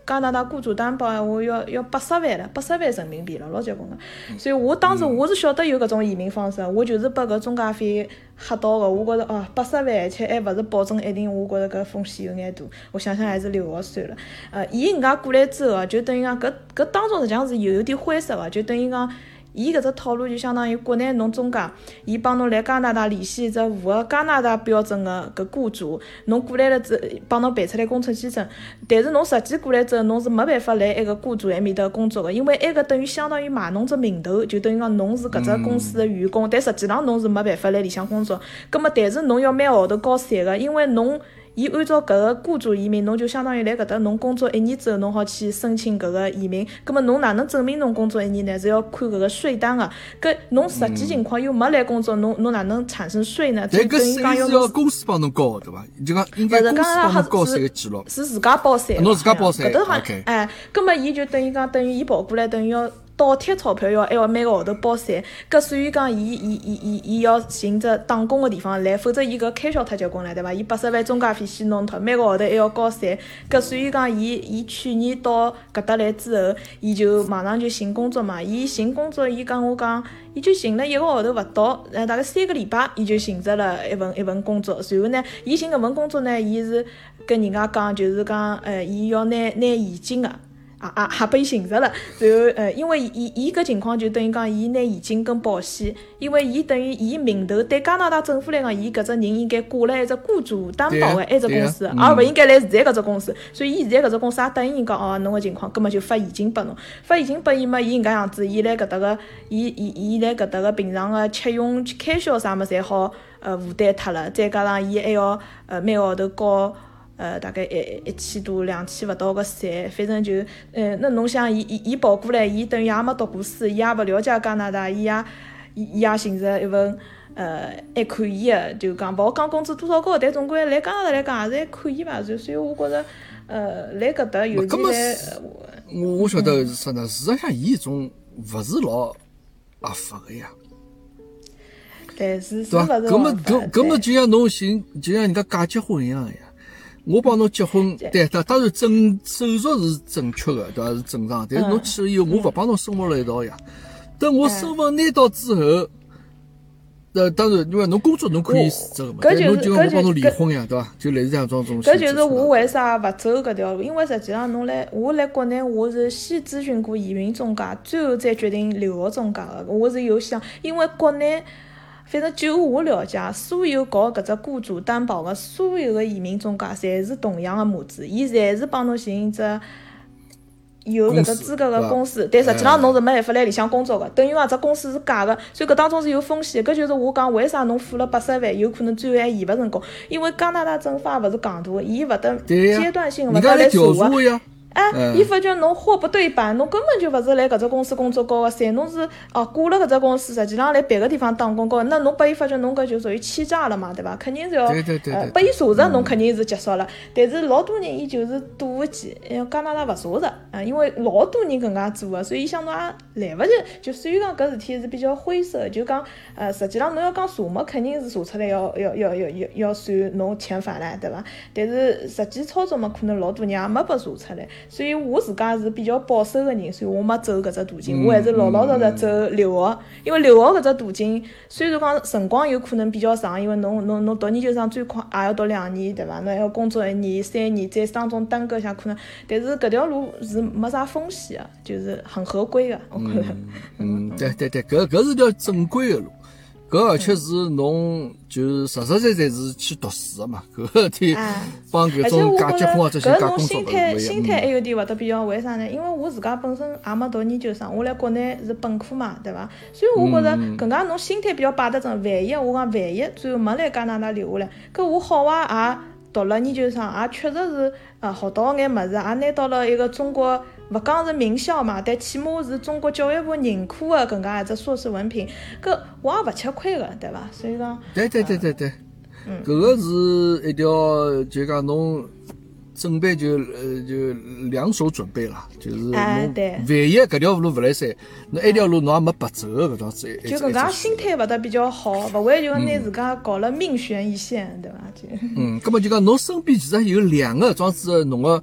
加拿大雇主担保闲话要要八十万了，八十万人民币了，老结棍个。所以我当时我是晓得有搿种移民方式，我就是被搿中介费吓到个。我觉着哦，八十万而且还勿是保证一定，我觉着搿风险有眼大。我想想还是留学算了。呃，伊人家过来之后，就等于讲搿搿当中实际上是有有点灰色个，就等于讲。伊搿只套路就相当于国内侬中介，伊帮侬来加拿大联系一只符合加拿大标准个搿雇主，侬过来了之帮侬办出来工作签证，但是侬实际过来之后，侬是没办法来埃个雇主埃面搭工作个，因为埃个等于相当于卖侬只名头，就等于讲侬是搿只公司的员工，但实际上侬是没办法来里向工作。葛末但是侬要每号头交税个，因为侬。伊按照搿个雇主移民，侬就相当于来搿搭侬工作一年之后，侬好去申请搿个移民。葛末侬哪能证明侬工作一年呢？是要看搿个税单个。搿侬实际情况又没来工作，侬侬哪能产生税呢？ 但搿税是要公司帮侬交对伐？就讲应该公司帮侬交税个记录。 是自家报税。 侬自家报税。 搿搭好像哎，葛末伊就等于讲，等于伊跑过来，等于要。倒贴钞票要还要每个号头报税，搿属于讲伊伊伊伊伊要寻只打工个地方来，否则伊搿开销太结棍了，对伐？伊八十万中介费先弄脱，每个号头还要交税，搿属于讲伊伊去年到搿搭来之后，伊就马上就寻工作嘛。伊寻工作，伊讲我讲，伊就寻了一个号头勿到，呃，大概三个礼拜，伊就寻着了一份一份工作。随后呢，伊寻搿份工作呢，伊是跟人家讲，就是讲，呃，伊要拿拿现金个。啊啊，还被伊寻着了，然后呃，因为伊伊搿情况就等于讲，伊拿现金跟保险，因为伊等于伊名头对加拿大政府来讲，伊搿只人应该挂了一只雇主担保的一只公司，而勿应该来现在搿只公司，所以伊现在搿只公司也答应伊讲哦，侬个情况，葛末就发现金拨侬，发现金拨伊嘛，伊搿样子，伊来搿搭个，伊伊伊来搿搭个平常个吃用开销啥物事侪好呃负担脱了，再加上伊还要呃每个号头交。呃，大概一一千多、两千勿到个税，反正就，呃，那侬想，伊伊伊跑过来，伊等于也没读过书，伊也勿了解加拿大，伊也伊伊也寻着一份呃还可以个，就讲勿好讲工资多少高，但总归来加拿大来讲也是还可以伐？所以我觉着，呃，来搿搭尤其来， 我我晓得是啥呢？事实上，伊搿种勿是老合法个呀。 但是是对伐？搿么搿搿么就像侬寻，就像人家假结婚一样个呀。我帮侬结婚，对，当当然正手续是正确的，对伐？是正常。但是侬去了以后，我勿帮侬生活了一道呀。等我身份拿到之后，呃，当然，因为侬工作侬可以辞职个嘛，但侬就我帮侬离婚呀，对伐？就类似这样种种。 搿就是我为啥勿走搿条路，因为实际上侬来，我来国内我是先咨询过移民中介，最后再决定留学中介个。我是有想，因为国内。反正就我了解，所有搞搿只雇主担保的所有的移民中介，侪是同样的模子，伊侪是帮侬寻一只有搿只资格的公司，但实际上侬是没办法来里向工作的，等于讲只公司是假的，所以搿当中是有风险。搿就是我讲为啥侬付了八十万，有可能最后还验勿成功，因为加拿大政府也勿是戆大，伊勿得阶段性勿得来查个。哎，伊发觉侬货不对版，侬根本就勿是来搿只公司工作交个税，侬是哦挂了搿只公司，实际上来别个地方打工交，那侬拨伊发觉侬搿就属于欺诈了嘛，对伐？肯定是要呃拨伊查着，侬肯定是结束了。但是老多人伊就是赌勿起，加拿大勿查着啊，因为老多人搿能介做个，所以伊想侬也来勿及。就虽然讲搿事体是比较灰色，就讲呃，实际上侬要讲查么，肯定是查出来要要要要要要算侬遣返唻，对伐？但是实际操作嘛，可能老多人也没拨查出来。所以我自家是比较保守的人，所以我没走搿只途径，我还是老老实实走留学。因为留学搿只途径，虽然讲辰光有可能比较长，因为侬侬侬读研究生最快也要读两年，对伐？侬还要工作一年、三年，在当中耽搁一下可能，但是搿条路是没啥风险的，就是很合规的，我觉着。 嗯，对对对，搿搿是条正规的路。搿而且是侬就实实在在是去读书的嘛，搿事体帮搿种假结婚或者是假工作勿一样。 心态还有点勿得必要，为啥呢？因为我自家本身也没读研究生，我来国内是本科嘛，对伐？所以我觉着更加侬心态比较摆得正。万一我讲万一最后没来加拿大留下来，搿我好坏也读了研究生，也确实是呃学到眼物事，也拿到了一个中国。勿讲是名校嘛，但起码是中国教育部认可的搿能介一只硕士文凭，搿我也勿吃亏个，对伐？所以讲， 对对对对对，嗯，搿个是一条就讲侬准备就呃就两手准备了，就是侬万一搿条路勿来三，侬埃条路侬也没白走搿桩子。 就搿能介心态会得比较好，勿会就拿自家搞了命悬一线，对伐？就嗯，葛末就讲侬身边其实有两个桩子侬个。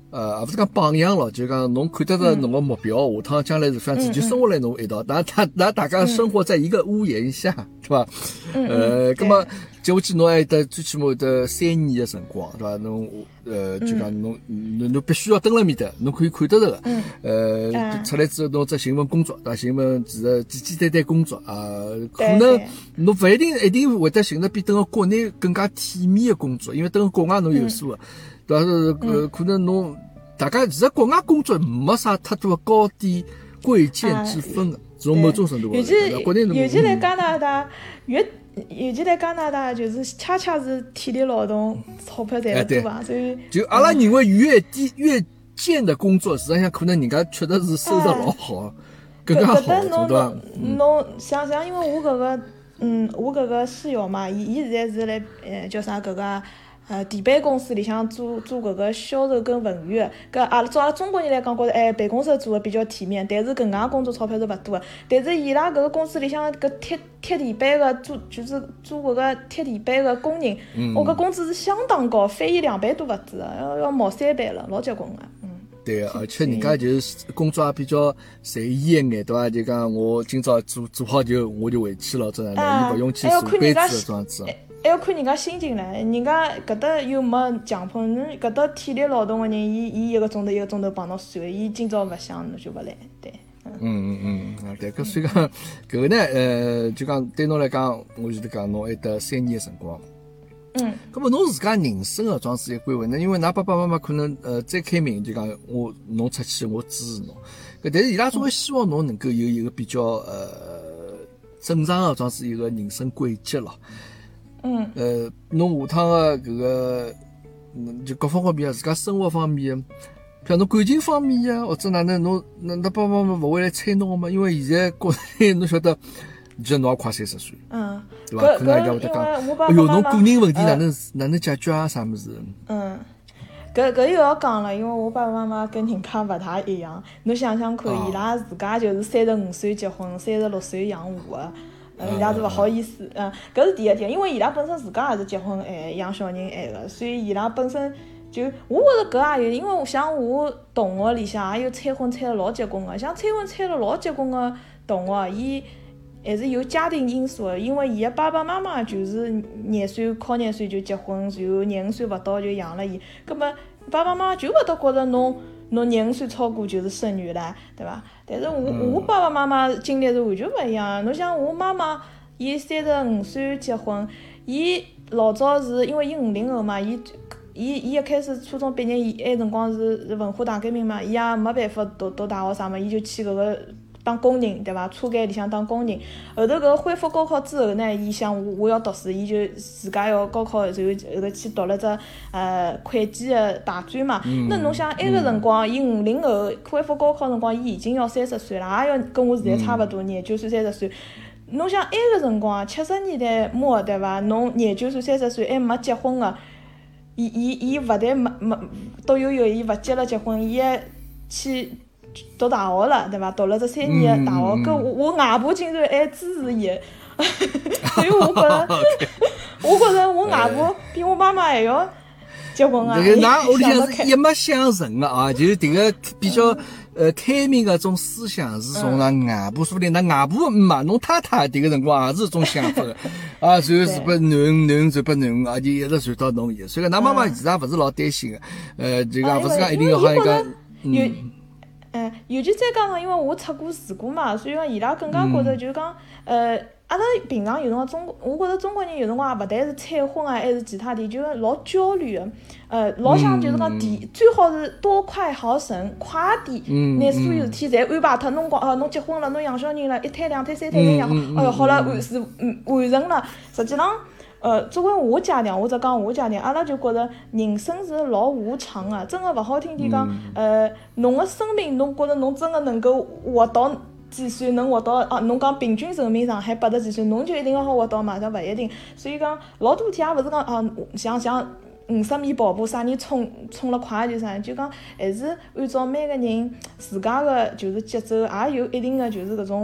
呃，勿是讲榜样咯，就讲侬看得着侬个目标，下趟将来是想继续生活来侬一道，但他那大家生活在一个屋檐下，对伐？呃，葛么接下去侬还有得最起码有得三年个辰光，对伐？侬呃就讲侬侬侬必须要蹲辣面搭，侬可以看得着个。呃，出来之后侬只寻份工作，对伐？寻份其实简简单单工作啊，可能侬勿一定一定会得寻得比蹲辣国内更加体面个工作，因为蹲辣国外侬有数个。对伐？呃，可能侬大家其实国外工作没啥太多的高低贵贱之分的，从某种程度上讲，国内尤其来加拿大，越尤其来加拿大，就是恰恰是体力劳动钞票赚得多啊，所以就阿拉认为越低越贱的工作，实际上可能人家确实是收入老好，更加好，对伐？ 侬想想，因为我搿个，嗯，我搿个室友嘛，伊伊现在是来呃叫啥搿个。呃，地板公司里向做做搿个销售跟文员，搿阿拉照阿拉中国人来讲，觉着哎办公室做的比较体面，但是搿能介工作钞票是勿多的。但是伊拉搿个公司里向搿贴贴地板个做就是做搿个贴地板个工人， 嗯、 我搿工资是相当高，翻伊两倍都勿止个，要要毛三倍了，老结棍个。嗯， 对，而且人家就是工作也比较随意一眼，对伐？就讲我今朝做做好就我就回去了，这样的，伊勿用去数杯子这样子。 还要看人家心情唻，人家搿搭又没强迫，侬搿搭体力劳动个人，伊伊一个钟头一个钟头帮侬算，伊今朝勿想侬就勿来，对。 嗯嗯嗯嗯，对，搿所以讲搿个呢，呃，就讲对侬来讲，我就是讲侬还得三年个辰光。 嗯。 葛末侬自家人生个桩事体规划呢？因为㑚爸爸妈妈可能呃再开明，就讲我侬出去，我支持侬。搿但是伊拉总归希望侬能够有一个比较呃正常个桩事一个人生轨迹咯。 嗯， 呃，侬下趟个搿个，嗯，就各方方面啊，自家生活方面，譬如侬感情方面呀，或者哪能，侬那那爸爸妈妈勿会来催侬嘛？因为现在国内侬晓得，其实侬也快三十岁， 嗯， 对伐？可能人家会得讲，哎哟，侬个人问题哪能哪能解决啊？啥物事？ 嗯，搿搿又要讲了，因为我爸爸妈妈跟人家勿大一样。侬想想看，伊拉自家就是三十五岁结婚，三十六岁养娃个。呃，伊拉是勿好意思，嗯，搿是第一点，因为伊拉本身自家也是结婚晚、养小人晚个，所以伊拉本身就，我觉着搿也有，因为像我同学里向也有催婚催得老结棍个，像催婚催得老结棍个同学，伊还是有家庭因素个，因为伊个爸爸妈妈就是廿岁靠廿岁就结婚，然后廿五岁勿到就养了伊，葛末爸爸妈妈就勿得觉着侬侬廿五岁超过就是剩女唻，对伐？但是我我爸爸妈妈经历是完全勿一样。侬像我妈妈，伊三十五岁结婚，伊老早是因为伊五零后嘛，伊伊伊一开始初中毕业，伊埃辰光是是文化大革命嘛，伊也没办法读读大学啥嘛，伊就去搿个当工人，对伐？车间里向当工人。后头搿个恢复高考之后呢，伊想我我要读书，伊就自家要高考，然后后头去读了只呃会计个大专嘛。 嗯、 那侬想埃个辰光，伊五零后恢复高考辰光，伊已经要三十岁了，也要跟我现在差勿多，廿九岁三十岁。侬想埃个辰光，七十年代末对伐？侬廿九岁三十岁还没结婚个，伊伊伊勿但没没读悠悠，伊勿结了结婚，伊还去读大学了，对伐？读了只三年个大学，搿、嗯、我我外婆竟然还支持伊，所以我觉着，我觉着我外婆比我妈妈还要结婚啊！ 这个㑚屋里向是一脉相承个啊，就是迭个比较呃开明个种思想是从㑚外婆说不定，㑚外婆嘛，侬太太迭个辰光也是种想法个啊，然后传拨囡囡，传拨囡儿，就一直传到侬伊，所以讲㑚妈妈其实也勿是老担心个，呃，就讲勿是讲一定要好一个嗯。嗯，尤其再加上，因为我出过事故嘛，所以讲伊拉更加觉着就是讲，呃，阿拉平常有辰光中国，我觉着中国人有辰光也勿但是催婚啊，还是其他点，就是老焦虑个，呃，老想就是讲提，最好是多快好省，快点，拿所有事体侪安排脱，侬讲哦，侬结婚了，侬养小人了，一胎两胎三胎侪养好，哎哟，好了，完是嗯完成了，实际上。呃，作为我家庭，我只讲我家庭，阿拉就觉着人生是老无常个，真个勿好听点讲，呃，侬个生命，侬觉着侬真个能够活到几岁，能活到啊？侬讲平均寿命上海八十几岁，侬就一定要好活到嘛？这勿一定。所以讲老多天也勿是讲啊，像像五十米跑步，啥人冲冲了快就啥，就讲还是按照每个人自家个就是节奏，也有一定个就是搿种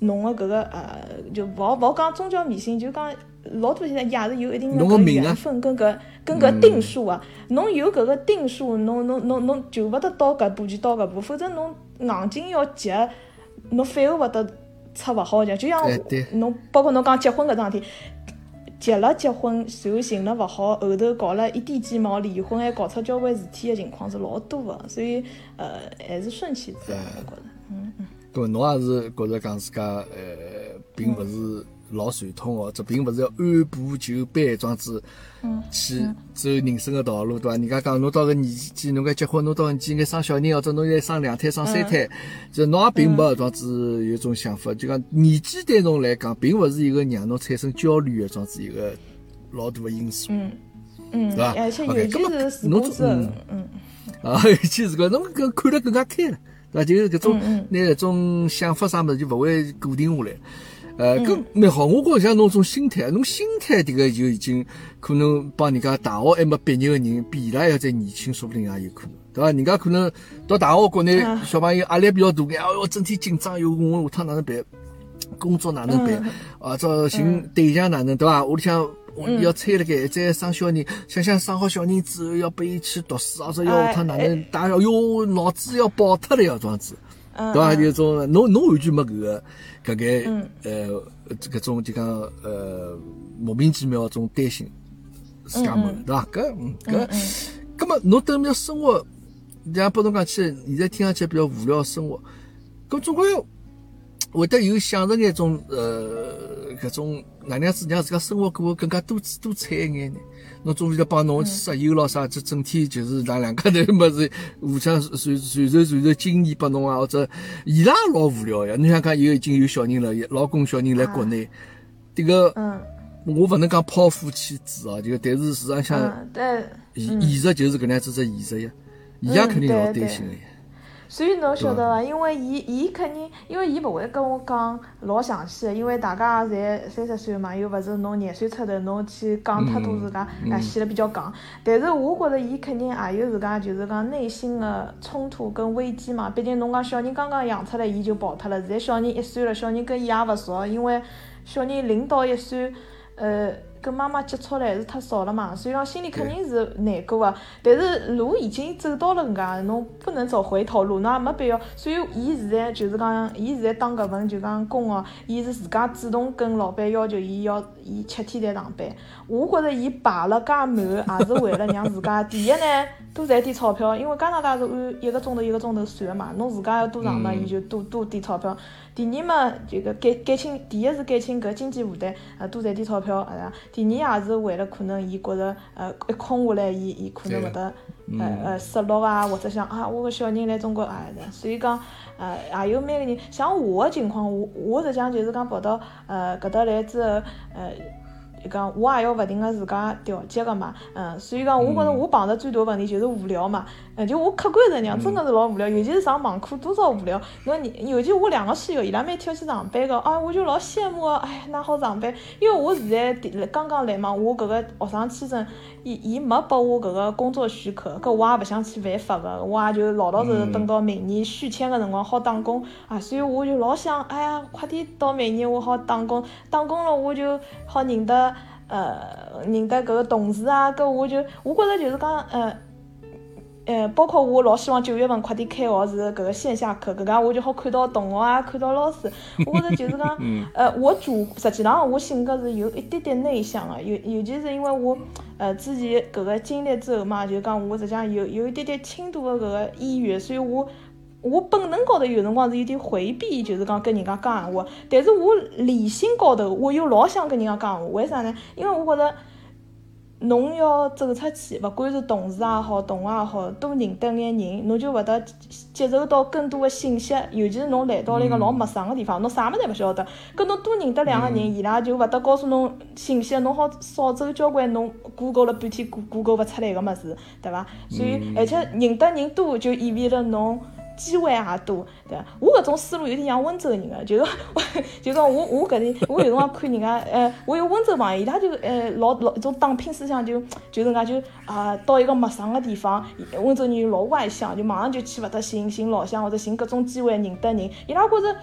侬个搿个呃，就勿好勿好讲宗教迷信，就讲老多现在也是有一定的搿缘分跟搿跟搿定数啊。侬有搿个定数，侬侬侬侬就勿得到搿步就到搿步，否则侬硬劲要急，侬反而会得出勿好的。就像侬包括侬讲结婚搿桩事体。急了结婚，然后寻了勿好，后头搞了一地鸡毛，离婚还搞出交关事体的情况是老多的，所以呃还是顺其自然，我觉着。嗯嗯。 搿侬也是觉着讲自家呃并勿是老传统哦，这并勿是要按部就班装子去走人生的道路，对伐？人家讲侬到个年纪，侬该结婚，侬到个年纪应该生小人，或者侬应该生两胎、生三胎，就侬也并没搿桩子有种想法，就讲年纪对侬来讲，并勿是一个让侬产生焦虑的桩子一个老大的因素， 嗯嗯， 对伐？ 而且尤其是如果是嗯啊，尤其是搿侬搿看得更加开了，对伐？就是搿种拿搿种想法啥物事就勿会固定下来。呃，搿蛮好，我觉着像侬种心态，侬心态迭个就已经可能帮人家大学还没毕业个人比伊拉要再年轻，说不定也有可能，对伐？人家可能到大学国内小朋友压力比较大，哎哟，整天紧张，哟，我下趟哪能办？工作哪能办？啊，这寻对象哪能，对伐？屋里向要催了该，再生小人，想想生好小人之后要拨伊去读书，或者要下趟哪能打，哟，脑子要爆脱了要这样子。对伐？就种侬侬完全没搿个搿个呃搿种就讲呃莫名其妙种担心自家没对伐？搿搿，葛末侬等面生活，像拨侬讲起，现在听上去比较无聊生活，搿总归会得有想着眼种呃搿种哪能样子让自家生活过更加多姿多彩一眼呢？侬总是要帮侬室友咯啥，这整天就是让两家头么子互相传传授传授经验拨侬啊，或者伊拉老无聊呀。侬想讲有已经有小人了，老公小人来国内，这个我勿能讲抛夫弃子啊，就但是事实上现现实就是搿能样子只现实呀，伊也肯定老担心的呀。 所以侬晓得伐？因为伊伊肯定，因为伊勿会跟我讲老详细的，因为大家侪三十岁嘛，又勿是侬廿岁出头，侬去讲太多自家啊显得比较戆。但是我觉着伊肯定也有自家就是讲内心的冲突跟危机嘛。毕竟侬讲小人刚刚养出来，伊就跑脱了。现在小人一岁了，小人跟伊也勿熟，因为小人零到一岁，呃。跟妈妈接触了还是太少了嘛，所以讲心里肯定是难过的。但是路已经走到了搿家，侬不能走回头路，侬也没必要。所以伊现在就是讲，伊现在当搿份就讲工哦，伊是自家主动跟老板要求，伊要伊七天在上班。我觉着伊排了介满，也是为了让自家第一呢多赚点钞票，因为加拿大是按一个钟头一个钟头算的嘛，侬自家要多上嘛，伊就多多点钞票。第二嘛，这个减减轻，第一是减轻搿经济负担，呃，多赚点钞票，啊。第二也是为了可能伊觉着，呃，一空下来，伊伊可能会得，呃呃失落啊，或者想啊，我个小人来中国啊，所以讲，呃，也有每个人，像我个情况，我我实际上就是讲跑到呃搿搭来之后，呃。就讲我也要勿停个自家调节个嘛，嗯，所以讲我觉着我碰着最大问题就是无聊嘛，嗯，就我客观承认真个是老无聊，尤其是上网课多少无聊。侬尤其我两个室友，伊拉每天要去上班个，啊，我就老羡慕个，哎，哪好上班？因为我现在刚刚来嘛，我搿个学生签证，伊伊没拨我搿个工作许可，搿我也勿想去犯法个，我也就老老实实等到明年续签个辰光好打工啊，所以我就老想，哎呀，快点到明年我好打工，打工了我就好认得。呃，认得搿个同事啊，搿我就我觉着就是讲，呃，呃，包括我老希望九月份快点开学是搿个线下课，搿个我就好看到同学啊，看到老师。我觉着就是讲，呃，我主实际上我性格是有一点点内向个，尤尤其是因为我呃之前搿个经历之后嘛，就讲我实际上有有一点点轻度的搿个抑郁，所以我。我本能高头有辰光是有点回避，就是讲跟人家讲闲话，但是我理性高头我又老想跟人家讲闲话，为啥呢？因为我觉着侬要走出去，勿管是同事也好，同学也好，多认得眼人，侬就会得接受到更多的信息，尤其是侬来到了一个老陌生的地方，侬啥物事侪勿晓得，搿侬多认得两个人，伊拉就会得告诉侬信息，侬好少走交关侬 Google 了半天 Google 勿出来个物事，对伐？所以而且认得人多，就意味着侬。机会也多，对伐？我搿种思路有点像温州人个，就是就讲我我搿点，我有辰光看人家，呃，我有温州朋友，伊拉就呃老老一种打拼思想就，就人家就啊、呃、到一个陌生个地方，温州人老外向，就马上就去勿得寻寻老乡或者寻各种机会认得人，伊拉觉着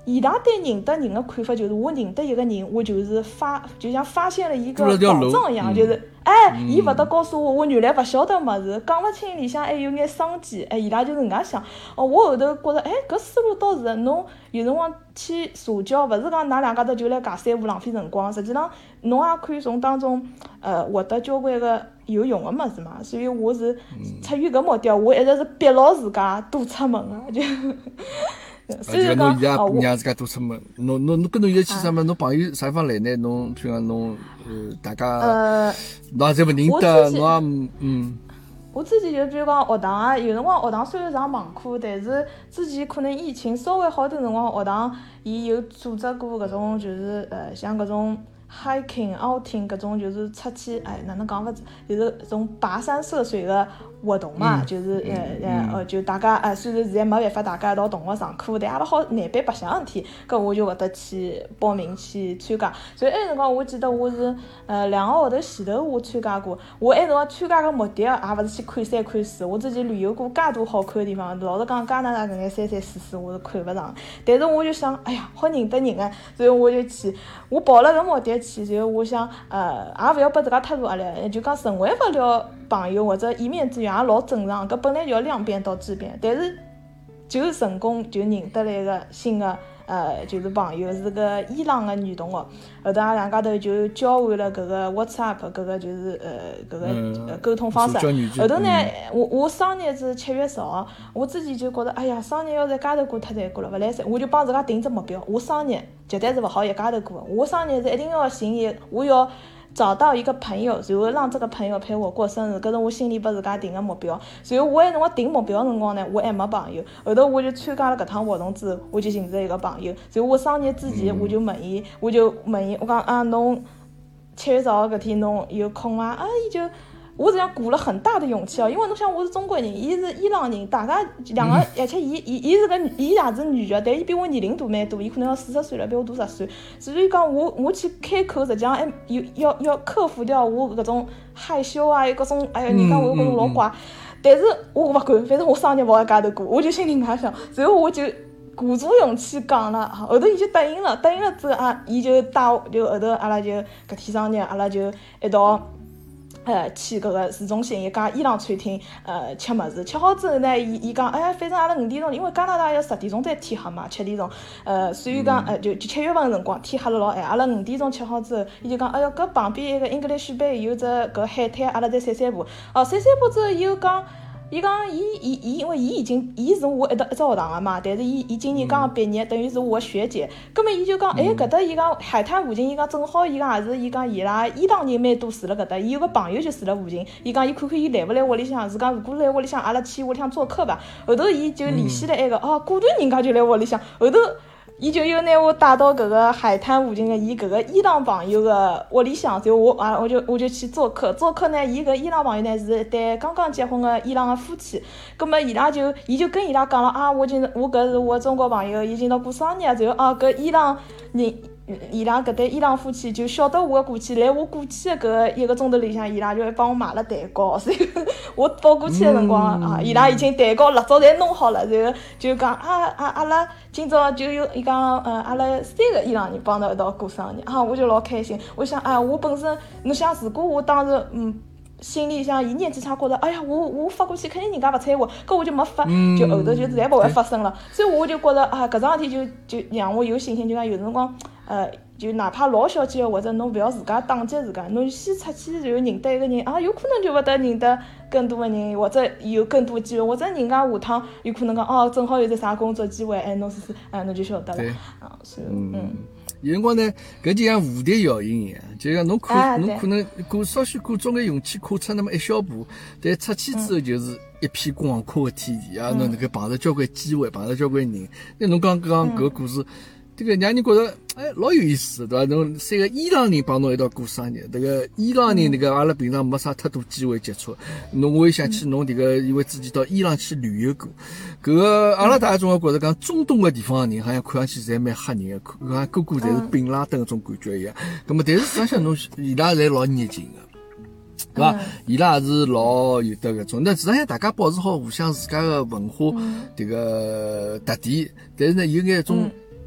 伊拉对认得人的看法就是，我认得一个人，我就是发，就像发现了一个宝藏一样，就是，哎，伊勿得告诉我，我原来勿晓得物事，讲勿清里向还有眼商机，哎，伊拉就是搿能介想。哦，我后头觉着，哎，搿思路倒是，侬有辰光去社交，勿是讲㑚两家头就来尬三胡浪费辰光，实际上侬也可以从当中，呃，获得交关个有用个物事嘛。所以我是出于搿目的，我一直是逼牢自家多出门个，就。 所以讲，侬现在让自家多出门，侬侬侬跟侬现在去啥么？侬朋友啥地方来呢？侬譬如讲侬呃，大家呃， 侬也侪勿认得，侬也嗯。 我之前就比如讲学堂啊，有辰光学堂虽然上网课，但是之前可能疫情稍微好点辰光，学堂伊有组织过搿种就是呃像搿种 hiking outing 搿种就是出去哎哪能讲法子，就是种跋山涉水个活动嘛，嗯、就是呃呃呃就大家呃虽然现在没办法大家一道同学上课，但阿拉好难办白相事体，搿我就会得去报名去参加。所以埃辰光我记得我是呃两个号头前头我参加过，我埃辰光参加个目的也勿是去看山看水，我之前旅游过介多好看个地方，老实讲加拿大搿眼山山水水我是看勿上，但是我就想，哎呀好认得人啊，所以我就去，我抱了搿目的去，然后我想呃也勿要拨自家太大压力，就讲成为勿了朋友或者一面之缘也老正常，搿本来就要两边到质变，但是就成功就认得了一个新的呃就是朋友，是个伊朗的女同学，后头阿拉两家头就交换了搿个 WhatsApp 搿个就是呃搿个沟通方式。后头呢，我我生日是七月十号，我之前就觉得哎呀，生日要是一家头过太难过了，勿来三，我就帮自家定只目标，我生日绝对是勿好一家头过，我生日是一定要寻一，我要找到一个朋友，然后让这个朋友陪我过生日，搿是我心里拨自家定个目标。然后我埃辰光定目标个辰光呢，我还没朋友。后头我就参加了搿趟活动之后，我就寻着一个朋友。然后我生日之前，我就问伊，我就问伊，我讲啊，侬七月十号搿天侬有空伐？啊，伊就。我实际上鼓了很大的勇气哦，因为侬想我是中国人，伊是伊朗人，大家两个，而且伊伊伊是个伊也是女的，但伊比我年龄大蛮多，伊可能要四十岁了，比我大十岁。所以讲我我去开口，实际上还有要要克服掉我搿种害羞啊，有搿种哎呀，人家我觉着老怪，但是我勿管，反正我生日勿一家头过，我就心里那想，然后我就鼓足勇气讲了，后头伊就答应了，答应了之后啊，伊就带就后头阿拉就搿天生日，阿拉就一道。呃，去搿个市中心一家伊朗餐厅，呃，吃物事。吃好之后呢，伊伊讲，哎，反正阿拉五点钟，因为加拿大要十点钟才天黑嘛，七点钟。呃，所以讲，呃，就就七月份辰光，天黑了老晚。阿拉五点钟吃好之后，伊就讲，哎哟，搿旁边一个 English Bay 有只搿海滩，阿拉再散散步。哦，散散步之后，伊又讲。伊讲，伊伊伊，因为伊已经，伊是我一搭一只学堂个嘛，但是伊伊今年刚刚毕业，等于是我学姐。葛末伊就讲，哎，搿搭伊讲海滩附近，伊讲正好，伊讲也是，伊讲伊拉伊朗人蛮多住辣搿搭，伊有个朋友就住辣附近。伊讲，伊看看伊来勿来屋里向，是讲如果来屋里向，阿拉去屋里向做客吧。后头伊就联系了埃个，哦，果断人家就来屋里向，后头。伊就又拿我带到搿个海滩附近的伊搿个伊朗朋友的屋里向，就我啊我就我就去做客。做客呢，伊搿伊朗朋友呢是一对刚刚结婚的伊朗的夫妻。葛末伊拉就伊就跟伊拉讲了啊，我今我搿是我中国朋友，伊今朝过生日啊，然后啊搿伊朗人。伊拉搿对伊朗夫妻就晓得我要过去，来我过去的搿一个钟头里向，伊拉就帮我买了蛋糕，所以我跑过去的辰光、嗯、啊，伊拉已经蛋糕蜡烛侪弄好了，然后就讲啊啊阿拉今朝就有伊讲呃阿拉三个伊朗人帮到一道过生日啊，我就老开心。我想啊，我本身侬想，如果我当时嗯。心里向一念之差，觉着哎呀，我我发过去肯定人家勿睬我，搿我就没发，嗯、就后头就再勿会发生了。所以我就觉着啊，搿桩事体就就让我有信心，就讲有辰光，呃，就哪怕老小机会，或者侬勿要自家打击自家，侬先出去然后认得一个人啊，有可能就会得认得更多的人，或者有更多的机会，或者人家下趟有可能讲哦，正好有只啥工作机会，哎，侬试试，哎，侬就晓得了。啊，所以嗯。嗯有辰光呢，搿就像蝴蝶效应一样，就讲侬可侬可能过稍许过中个勇气跨出那么一小步，但出去之后就是一片广阔的天地啊！侬能够碰着交关机会，碰着交关人。那侬刚刚搿个故事，这个让人觉得哎老有意思，对伐？侬三个伊朗人帮侬一道过生日，这个伊朗人那个阿拉平常没啥太多机会接触。侬我也想起侬这个，因为之前到伊朗去旅游过。搿个阿拉大家总归觉着讲中东个地方个人好像看上去侪蛮吓人个，好像个个侪是宾拉登搿种感觉一样。咁么，但是想想侬伊拉侪老热情个，对伐？伊拉也是老有得搿种。那实际上大家保持好互相自家个文化迭个特点，但是呢有眼种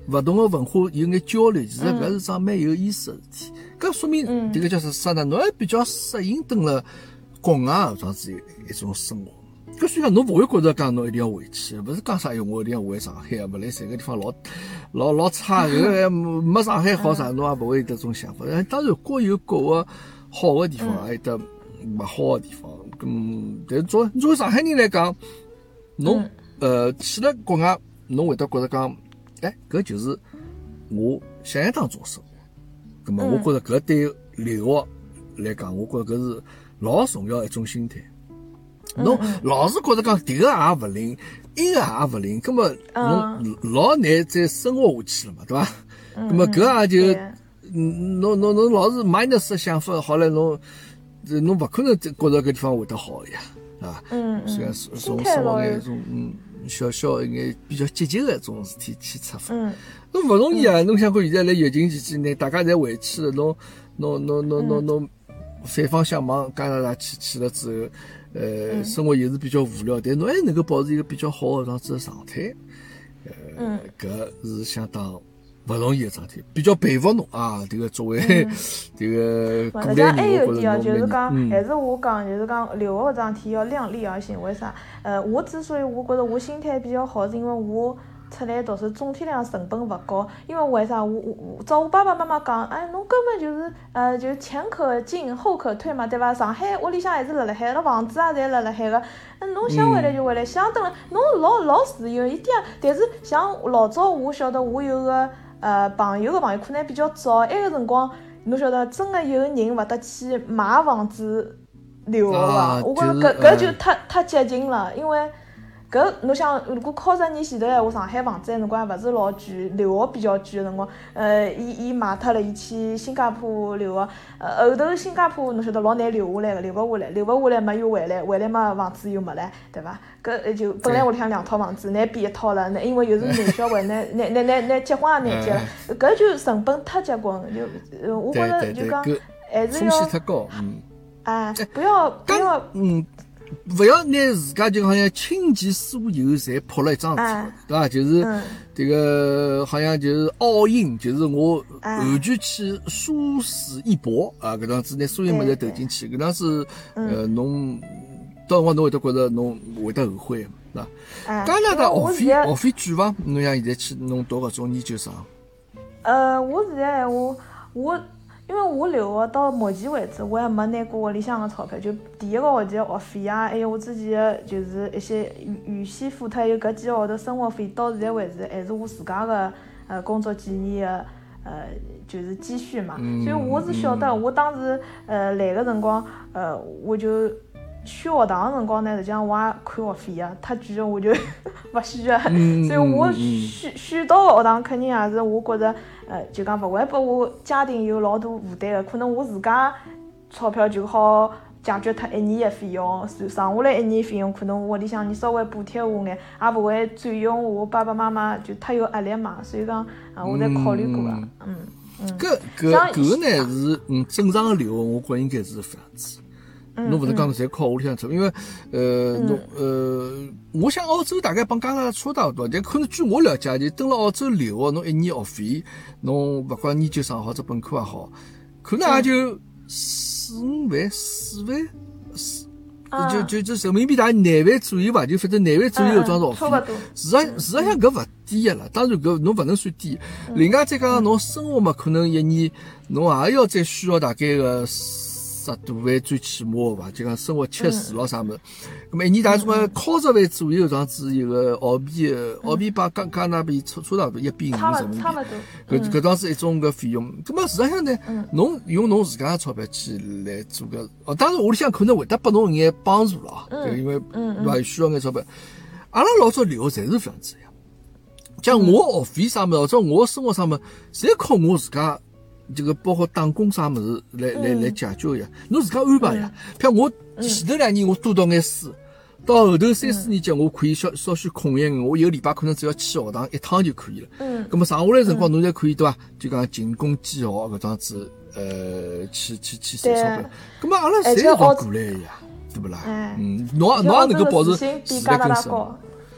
勿同个文化有眼交流，其实搿是桩蛮有意思个事体。搿说明迭个叫啥啥呢？侬还比较适应蹲辣国外搿桩子一种生活。搿所以讲，侬勿会觉着讲侬一定要回去，勿是讲啥闲话，我一定要回上海啊！勿来三个地方老老老差，搿个没上海好啥，侬也勿会有迭种想法。当然各有各个好个地方，也有得勿好个地方。咁，但是作作为上海人来讲，侬呃去了国外，侬会得觉着讲，哎，搿就是我想象当中生活。咁么，我觉着搿对留学来讲，我觉着搿是老重要一种心态。侬老是觉着讲迭个也勿灵，伊个也勿灵，葛末侬老难再生活下去了嘛，对伐？葛末搿也就，侬侬侬老是 minus 的想法，好了，侬侬勿可能觉着搿地方会得好个呀，对伐？ 嗯所以从生活眼一种嗯小小一眼比较积极个一种事体去出发。侬勿容易啊！侬想看现在来疫情期间呢，大家侪回去了，侬侬侬侬侬侬反方向往加拿大去去了之后。呃，生活也是比较无聊，但侬还能够保持一个比较好的这样子的状态，呃，搿是相当勿容易的状态，比较佩服侬啊！这个作为这个过来人，我觉着就是讲，还是我讲，就是讲留学搿桩事体要量力而行。为啥？呃，我之所以我觉着我心态比较好，是因为我出来读书总体量成本勿高。因为为啥？我我照我爸爸妈妈讲，哎，侬根本就是呃，就是前可进后可退嘛，对伐？上海屋里向还是辣辣海，那房子也侪辣辣海个。那侬想回来就回来，想等侬老老自由一点。但是像老早我晓得我有个呃朋友个朋友，可能比较早，埃个辰光侬晓得真个有人会得去买房子留学个，我觉着搿搿就太太激进了，因为。搿侬想，如果靠十年前头闲话，上海房子埃辰光还勿是老贵，留学比较贵个辰光，呃，伊伊卖脱了，伊去新加坡留学，呃，后头新加坡侬晓得老难留下来个，留勿下来，留勿下来嘛又回来，回来嘛房子又没了，对伐？搿就本来屋里向两套房子，难变一套了，那因为又是男小孩，那那那那那结婚也难结了，搿就成本太结棍，就呃，我觉着就讲还是要风险太高，嗯， 哎，不要不要， 嗯。勿要拿自家就好像倾其所有侪扑了一张纸，对伐？就是这个好像就是 all in，就是我完全去殊死一搏啊！搿样子拿所有物事投进去，搿样子呃，侬到辰光侬会得觉着侬会得后悔，对伐？加拿大学费学费贵伐？侬像现在去侬读搿种研究生？ 呃，我现在我我。因为我留学到目前为止，我还没拿过屋里向个钞票。就第一个学期的学费啊，还有我之前的就是一些预预先付脱，还有搿几个号头生活费，到现在为止还是我自家个呃工作几年的呃就是积蓄嘛。 嗯、 所以我是晓得，我当时呃来个辰光，呃我就选学堂个辰光呢，实际上我也看学费啊，太贵个我就勿选个。 嗯、 所以我选选到个学堂肯定也是我觉着。呃，就讲勿会拨我家庭有老大负担个，可能我自家钞票就好解决脱一年个费用，剩剩下来一年费用，可能我屋里向人稍微补贴我眼，也勿会占用我爸爸妈妈就太有压力嘛。所以讲，啊，我侪考虑过个，嗯嗯。 搿搿搿呢是嗯正常个留学，我觉着应该是搿样子。侬勿是讲侪靠屋里向出，因为呃侬呃，我想澳洲大概帮加拿大差勿多，但可能据我了解，就蹲辣澳洲留学，侬一年学费，侬勿管研究生好或者本科也好，可能也就四五万、四万，四就就就人民币大概廿万左右吧，就反正廿万左右搿桩学费。事实事实上搿勿低个啦，当然搿侬勿能算低。另外再讲侬生活嘛，可能一年侬也要再需要大概个。十多万最起码个伐，就讲生活吃住咯啥物事，咁么一年大概总归靠十万左右，这样子一个澳币个澳币帮加加拿大币差差勿多一比五人民币，搿搿当是一种个费用。咁么事实上呢，侬用侬自家个钞票去来做个，哦，当然屋里向可能会得拨侬一眼帮助咯，对，因为对伐需要眼钞票。阿拉老早留学侪是搿样子呀，像我学费啥物事，或者我生活啥物事，侪靠我自家。这个包括打工啥物事来来来解决呀，侬自家安排呀。譬如我前头两年我多读眼书，到后头三四年级我可以稍稍许空一眼，我一个礼拜可能只要去学堂一趟就可以了。嗯。咁么剩下来辰光侬才可以对伐？就讲勤工俭学搿桩子，呃，去去去赚钞票。咁么阿拉侪是搿过来呀，对不啦？嗯，侬侬也能够保持自力更生。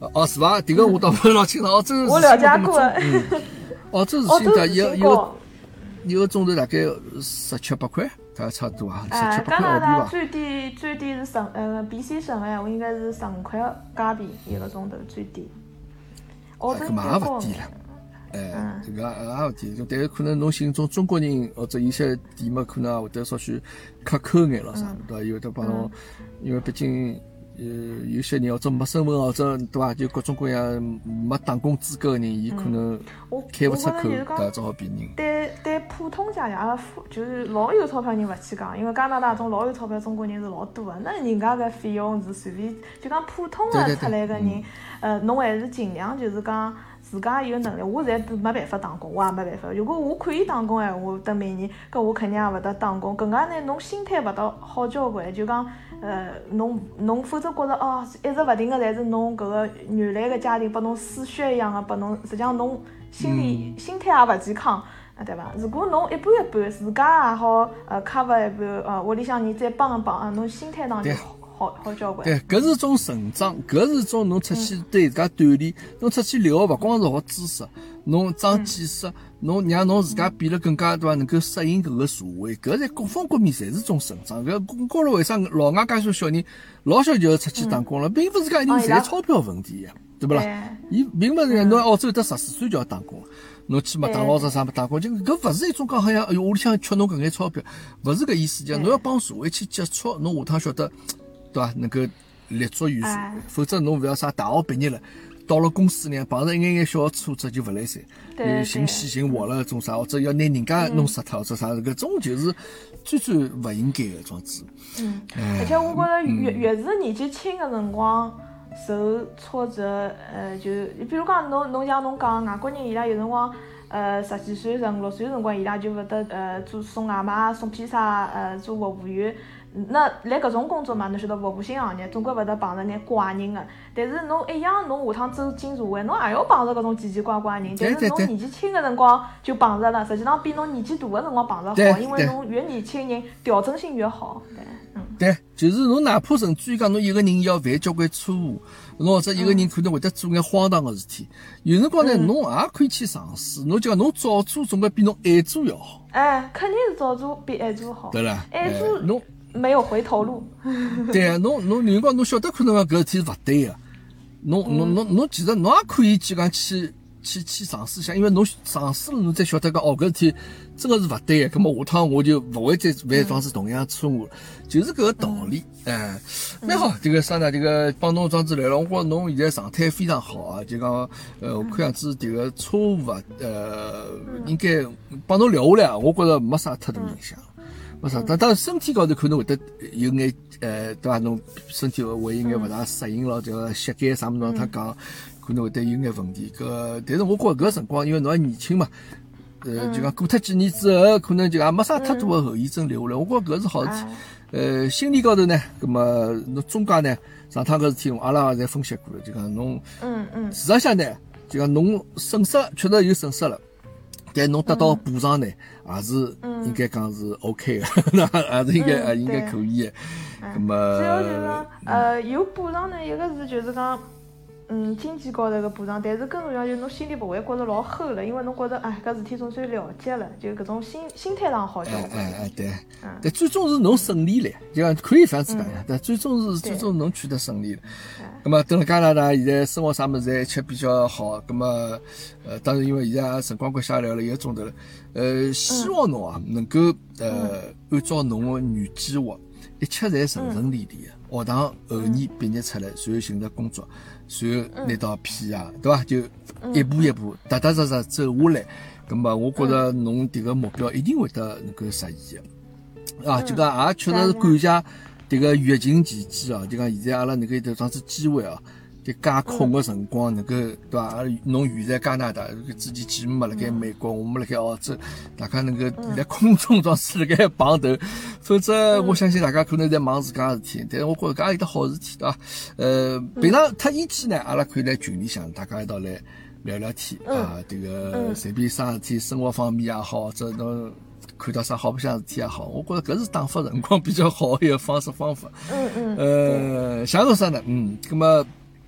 哦，是伐？迭个我倒勿是老清爽。澳洲我了解过。 嗯，澳洲是新价一个一个一个钟头大概十七八块，大概差不多啊，十七八块澳币吧。 最低最低是十呃 B C 省哎，我应该是十五块加币一个钟头最低。澳洲应该高。 哎，这个也勿低，但是可能侬心中中国人或者有些店嘛，可能会得稍许克扣眼了啥，对伐？有的帮侬，因为毕竟呃有些人或者没身份，或者对伐？就各种各样没打工资格的人，伊可能开勿出口，搿只好骗人。 对对，普通家家就是老有钞票人勿去讲，因为加拿大种老有钞票中国人是老多的，那人家搿费用是随便，就讲普通的出来个人，呃，侬还是尽量就是讲。自家有能力，我现在没办法打工，我也没办法。如果我可以打工闲话，等明年，搿我肯定也勿得打工。更加呢，侬心态勿得好交关，就讲，呃，侬侬否则觉着哦，一直勿停个侪是侬搿个原来个家庭拨侬输血一样个，拨侬，实际上侬心理、嗯、心态也勿健康，对伐？如果侬一半一半，自家也好，呃，cover 一半，呃，屋里向人再帮一帮啊，侬心态上就好。好好交关。对， 搿是种成长，搿是种侬出去对自家锻炼，侬出去聊勿光是学知识，侬长见识，侬让侬自家变得更加对伐？能够适应搿个社会，搿在各方各面侪是种成长。搿觉着为啥老外介许小人老小就要出去打工了，并勿是讲一定赚钞票问题呀，对不啦？伊并勿是讲侬澳洲得十四岁就要打工了。侬去麦当劳啥啥么打工，就搿勿是一种讲好像哎哟屋里向缺侬搿眼钞票，勿是搿意思讲侬要帮社会去接触，侬下趟晓得。对伐？能够立足于世，哎、否则侬勿要啥大学毕业了，到了公司呢，碰着一眼眼小挫折就勿来三，有寻死寻活了种啥，或者要拿人家弄死脱，或者啥，搿种就是最最勿应该个种子。 嗯，哎、而且我觉着越越是年纪轻个辰光受挫折，呃，就比如讲侬侬像侬讲外国人伊拉有辰光。呃，十几岁、十五六岁辰光，伊拉就会得呃做送外卖、送披萨，呃做服务员。那来搿种工作嘛，侬晓得服务性行业，总归会得碰着眼怪人个。但是侬一样，侬下趟走进社会，侬也要碰着搿种奇奇怪怪人。但是侬年纪轻个辰光就碰着了，实际上比侬年纪大个辰光碰着好，因为侬越年轻人调整性越好。对，嗯。 对，就是侬哪怕甚至于讲侬一个人要犯交关错误。侬或者一个人可能会得做眼荒唐个事体，有辰光呢，侬也可以去尝试。侬就讲侬早做总归比侬晚做要好。 哎，肯定是早做比晚做好。 对啦， 晚做侬没有回头路。 对啊，侬侬有辰光侬晓得可能讲搿事体是勿对个，侬侬侬侬其实侬也可以去讲去去去尝试一下，因为侬尝试了，侬才晓得讲哦搿事体真个是勿对个，葛末下趟我就勿会再犯桩子同样错误了，就是搿个道理。哎，蛮好，这个啥呢？这个帮侬庄子来了，我觉着侬现在状态非常好啊！就讲，呃，我看样子这个错误啊，呃，应该帮侬聊下来，我觉着没啥太大影响，没啥。但当然身体高头可能会得有眼，呃，对伐？侬身体会有眼勿大适应咯，这个膝盖啥物事他讲，可能会得有眼问题。搿，但是我觉着搿个辰光，因为侬还年轻嘛。呃，就讲过脱几年之后，可能就也没啥太多的后遗症留下来。我觉着搿是好事体。呃，心理高头呢，葛么侬中介呢，上趟搿事体阿拉也侪分析过了，就讲侬， 嗯嗯， 事实上呢，就讲侬损失确实有损失了，但侬得到补偿呢，也是应该讲是 OK 的，那也是应该也应该可以的。葛么， 主要就是讲，呃，有补偿呢，一个是就是讲。嗯，经济高头个补偿，但是更重要就是侬心里勿会觉着老齁了，因为侬觉着哎，搿事体总算了解了，就搿种心心态上好交关。 哎哎对，嗯，但最终是侬胜利了，就讲可以这样子讲呀，但最终是最终侬取得胜利了。咁么，等了加拿大现在生活啥物事一切比较好，咁么呃，当然因为现在辰光关系聊了一个钟头了，呃，希望侬啊能够呃按照侬个原计划，一切侪顺顺利利个，学堂后年毕业出来，随后寻着工作。随后拿到 P R， 对伐？就一步一步踏踏实实走下来。咁么，我觉着侬迭个目标一定会得能够实现的。啊，就讲也确实是感谢迭个疫情期间哦，就讲现在阿拉能够有这桩子机会哦，就介空个辰光能够对伐？侬远在加拿大，之前节目嘛辣盖美国，我们辣盖澳洲，大家能够在空中装是辣盖碰头。否则，我相信大家可能在忙自家事体，但是我觉着搿也有得好事体，对伐？呃，平常脱烟期呢，阿拉可以来群里向大家一道来聊聊天啊，这个随便啥事体，生活方面也好，或者侬看到啥好白相事体也好，我觉着搿是打发辰光比较好的一个方式方法。 嗯嗯。 呃，想说啥呢？嗯，葛么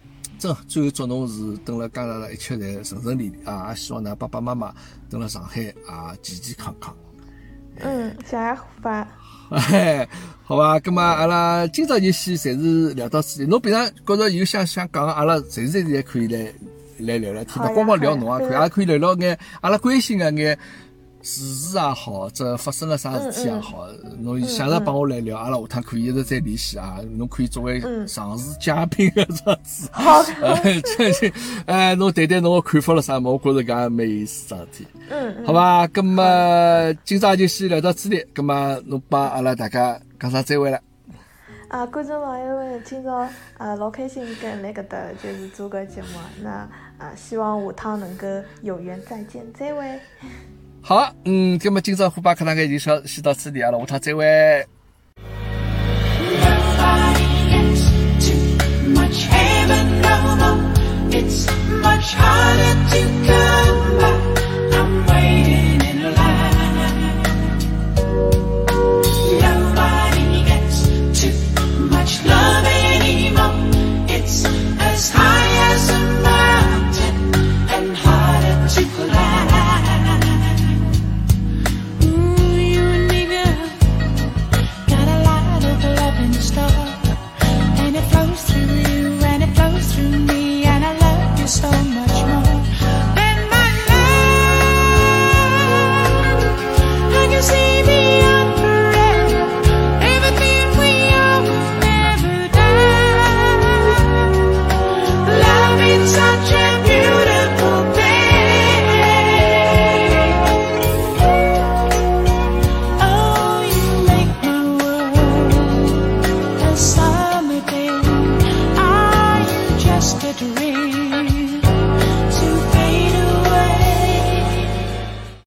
真最后祝侬是蹲辣加拿大一切侪顺顺利利啊！也希望㑚爸爸妈妈蹲辣上海也健健康康。 嗯，谢谢虎爸。 哎，好吧，咁么阿拉今朝就先暂时聊到此地。侬平常觉着有想想讲，阿拉随时随地可以来来聊聊天，勿光光聊侬也可以，也可以聊聊眼阿拉关心个眼时事也好，或者发生了啥事体也好，侬想着帮我来聊，阿拉下趟可以一直再联系啊。侬可以作为常驻嘉宾个样子。 好。 呃，这是哎，侬谈谈侬个看法了啥么？我觉着搿也蛮有意思桩事体。 嗯。 好吧，咁么今朝就先聊到此地，咁么侬帮阿拉大家讲声再会了。 啊，观众朋友们，今朝啊老开心跟来搿搭就是做个节目，那啊希望下趟能够有缘再见，再会。 好，嗯，咁么今朝虎爸课堂间就先先到此地，阿拉下趟再会。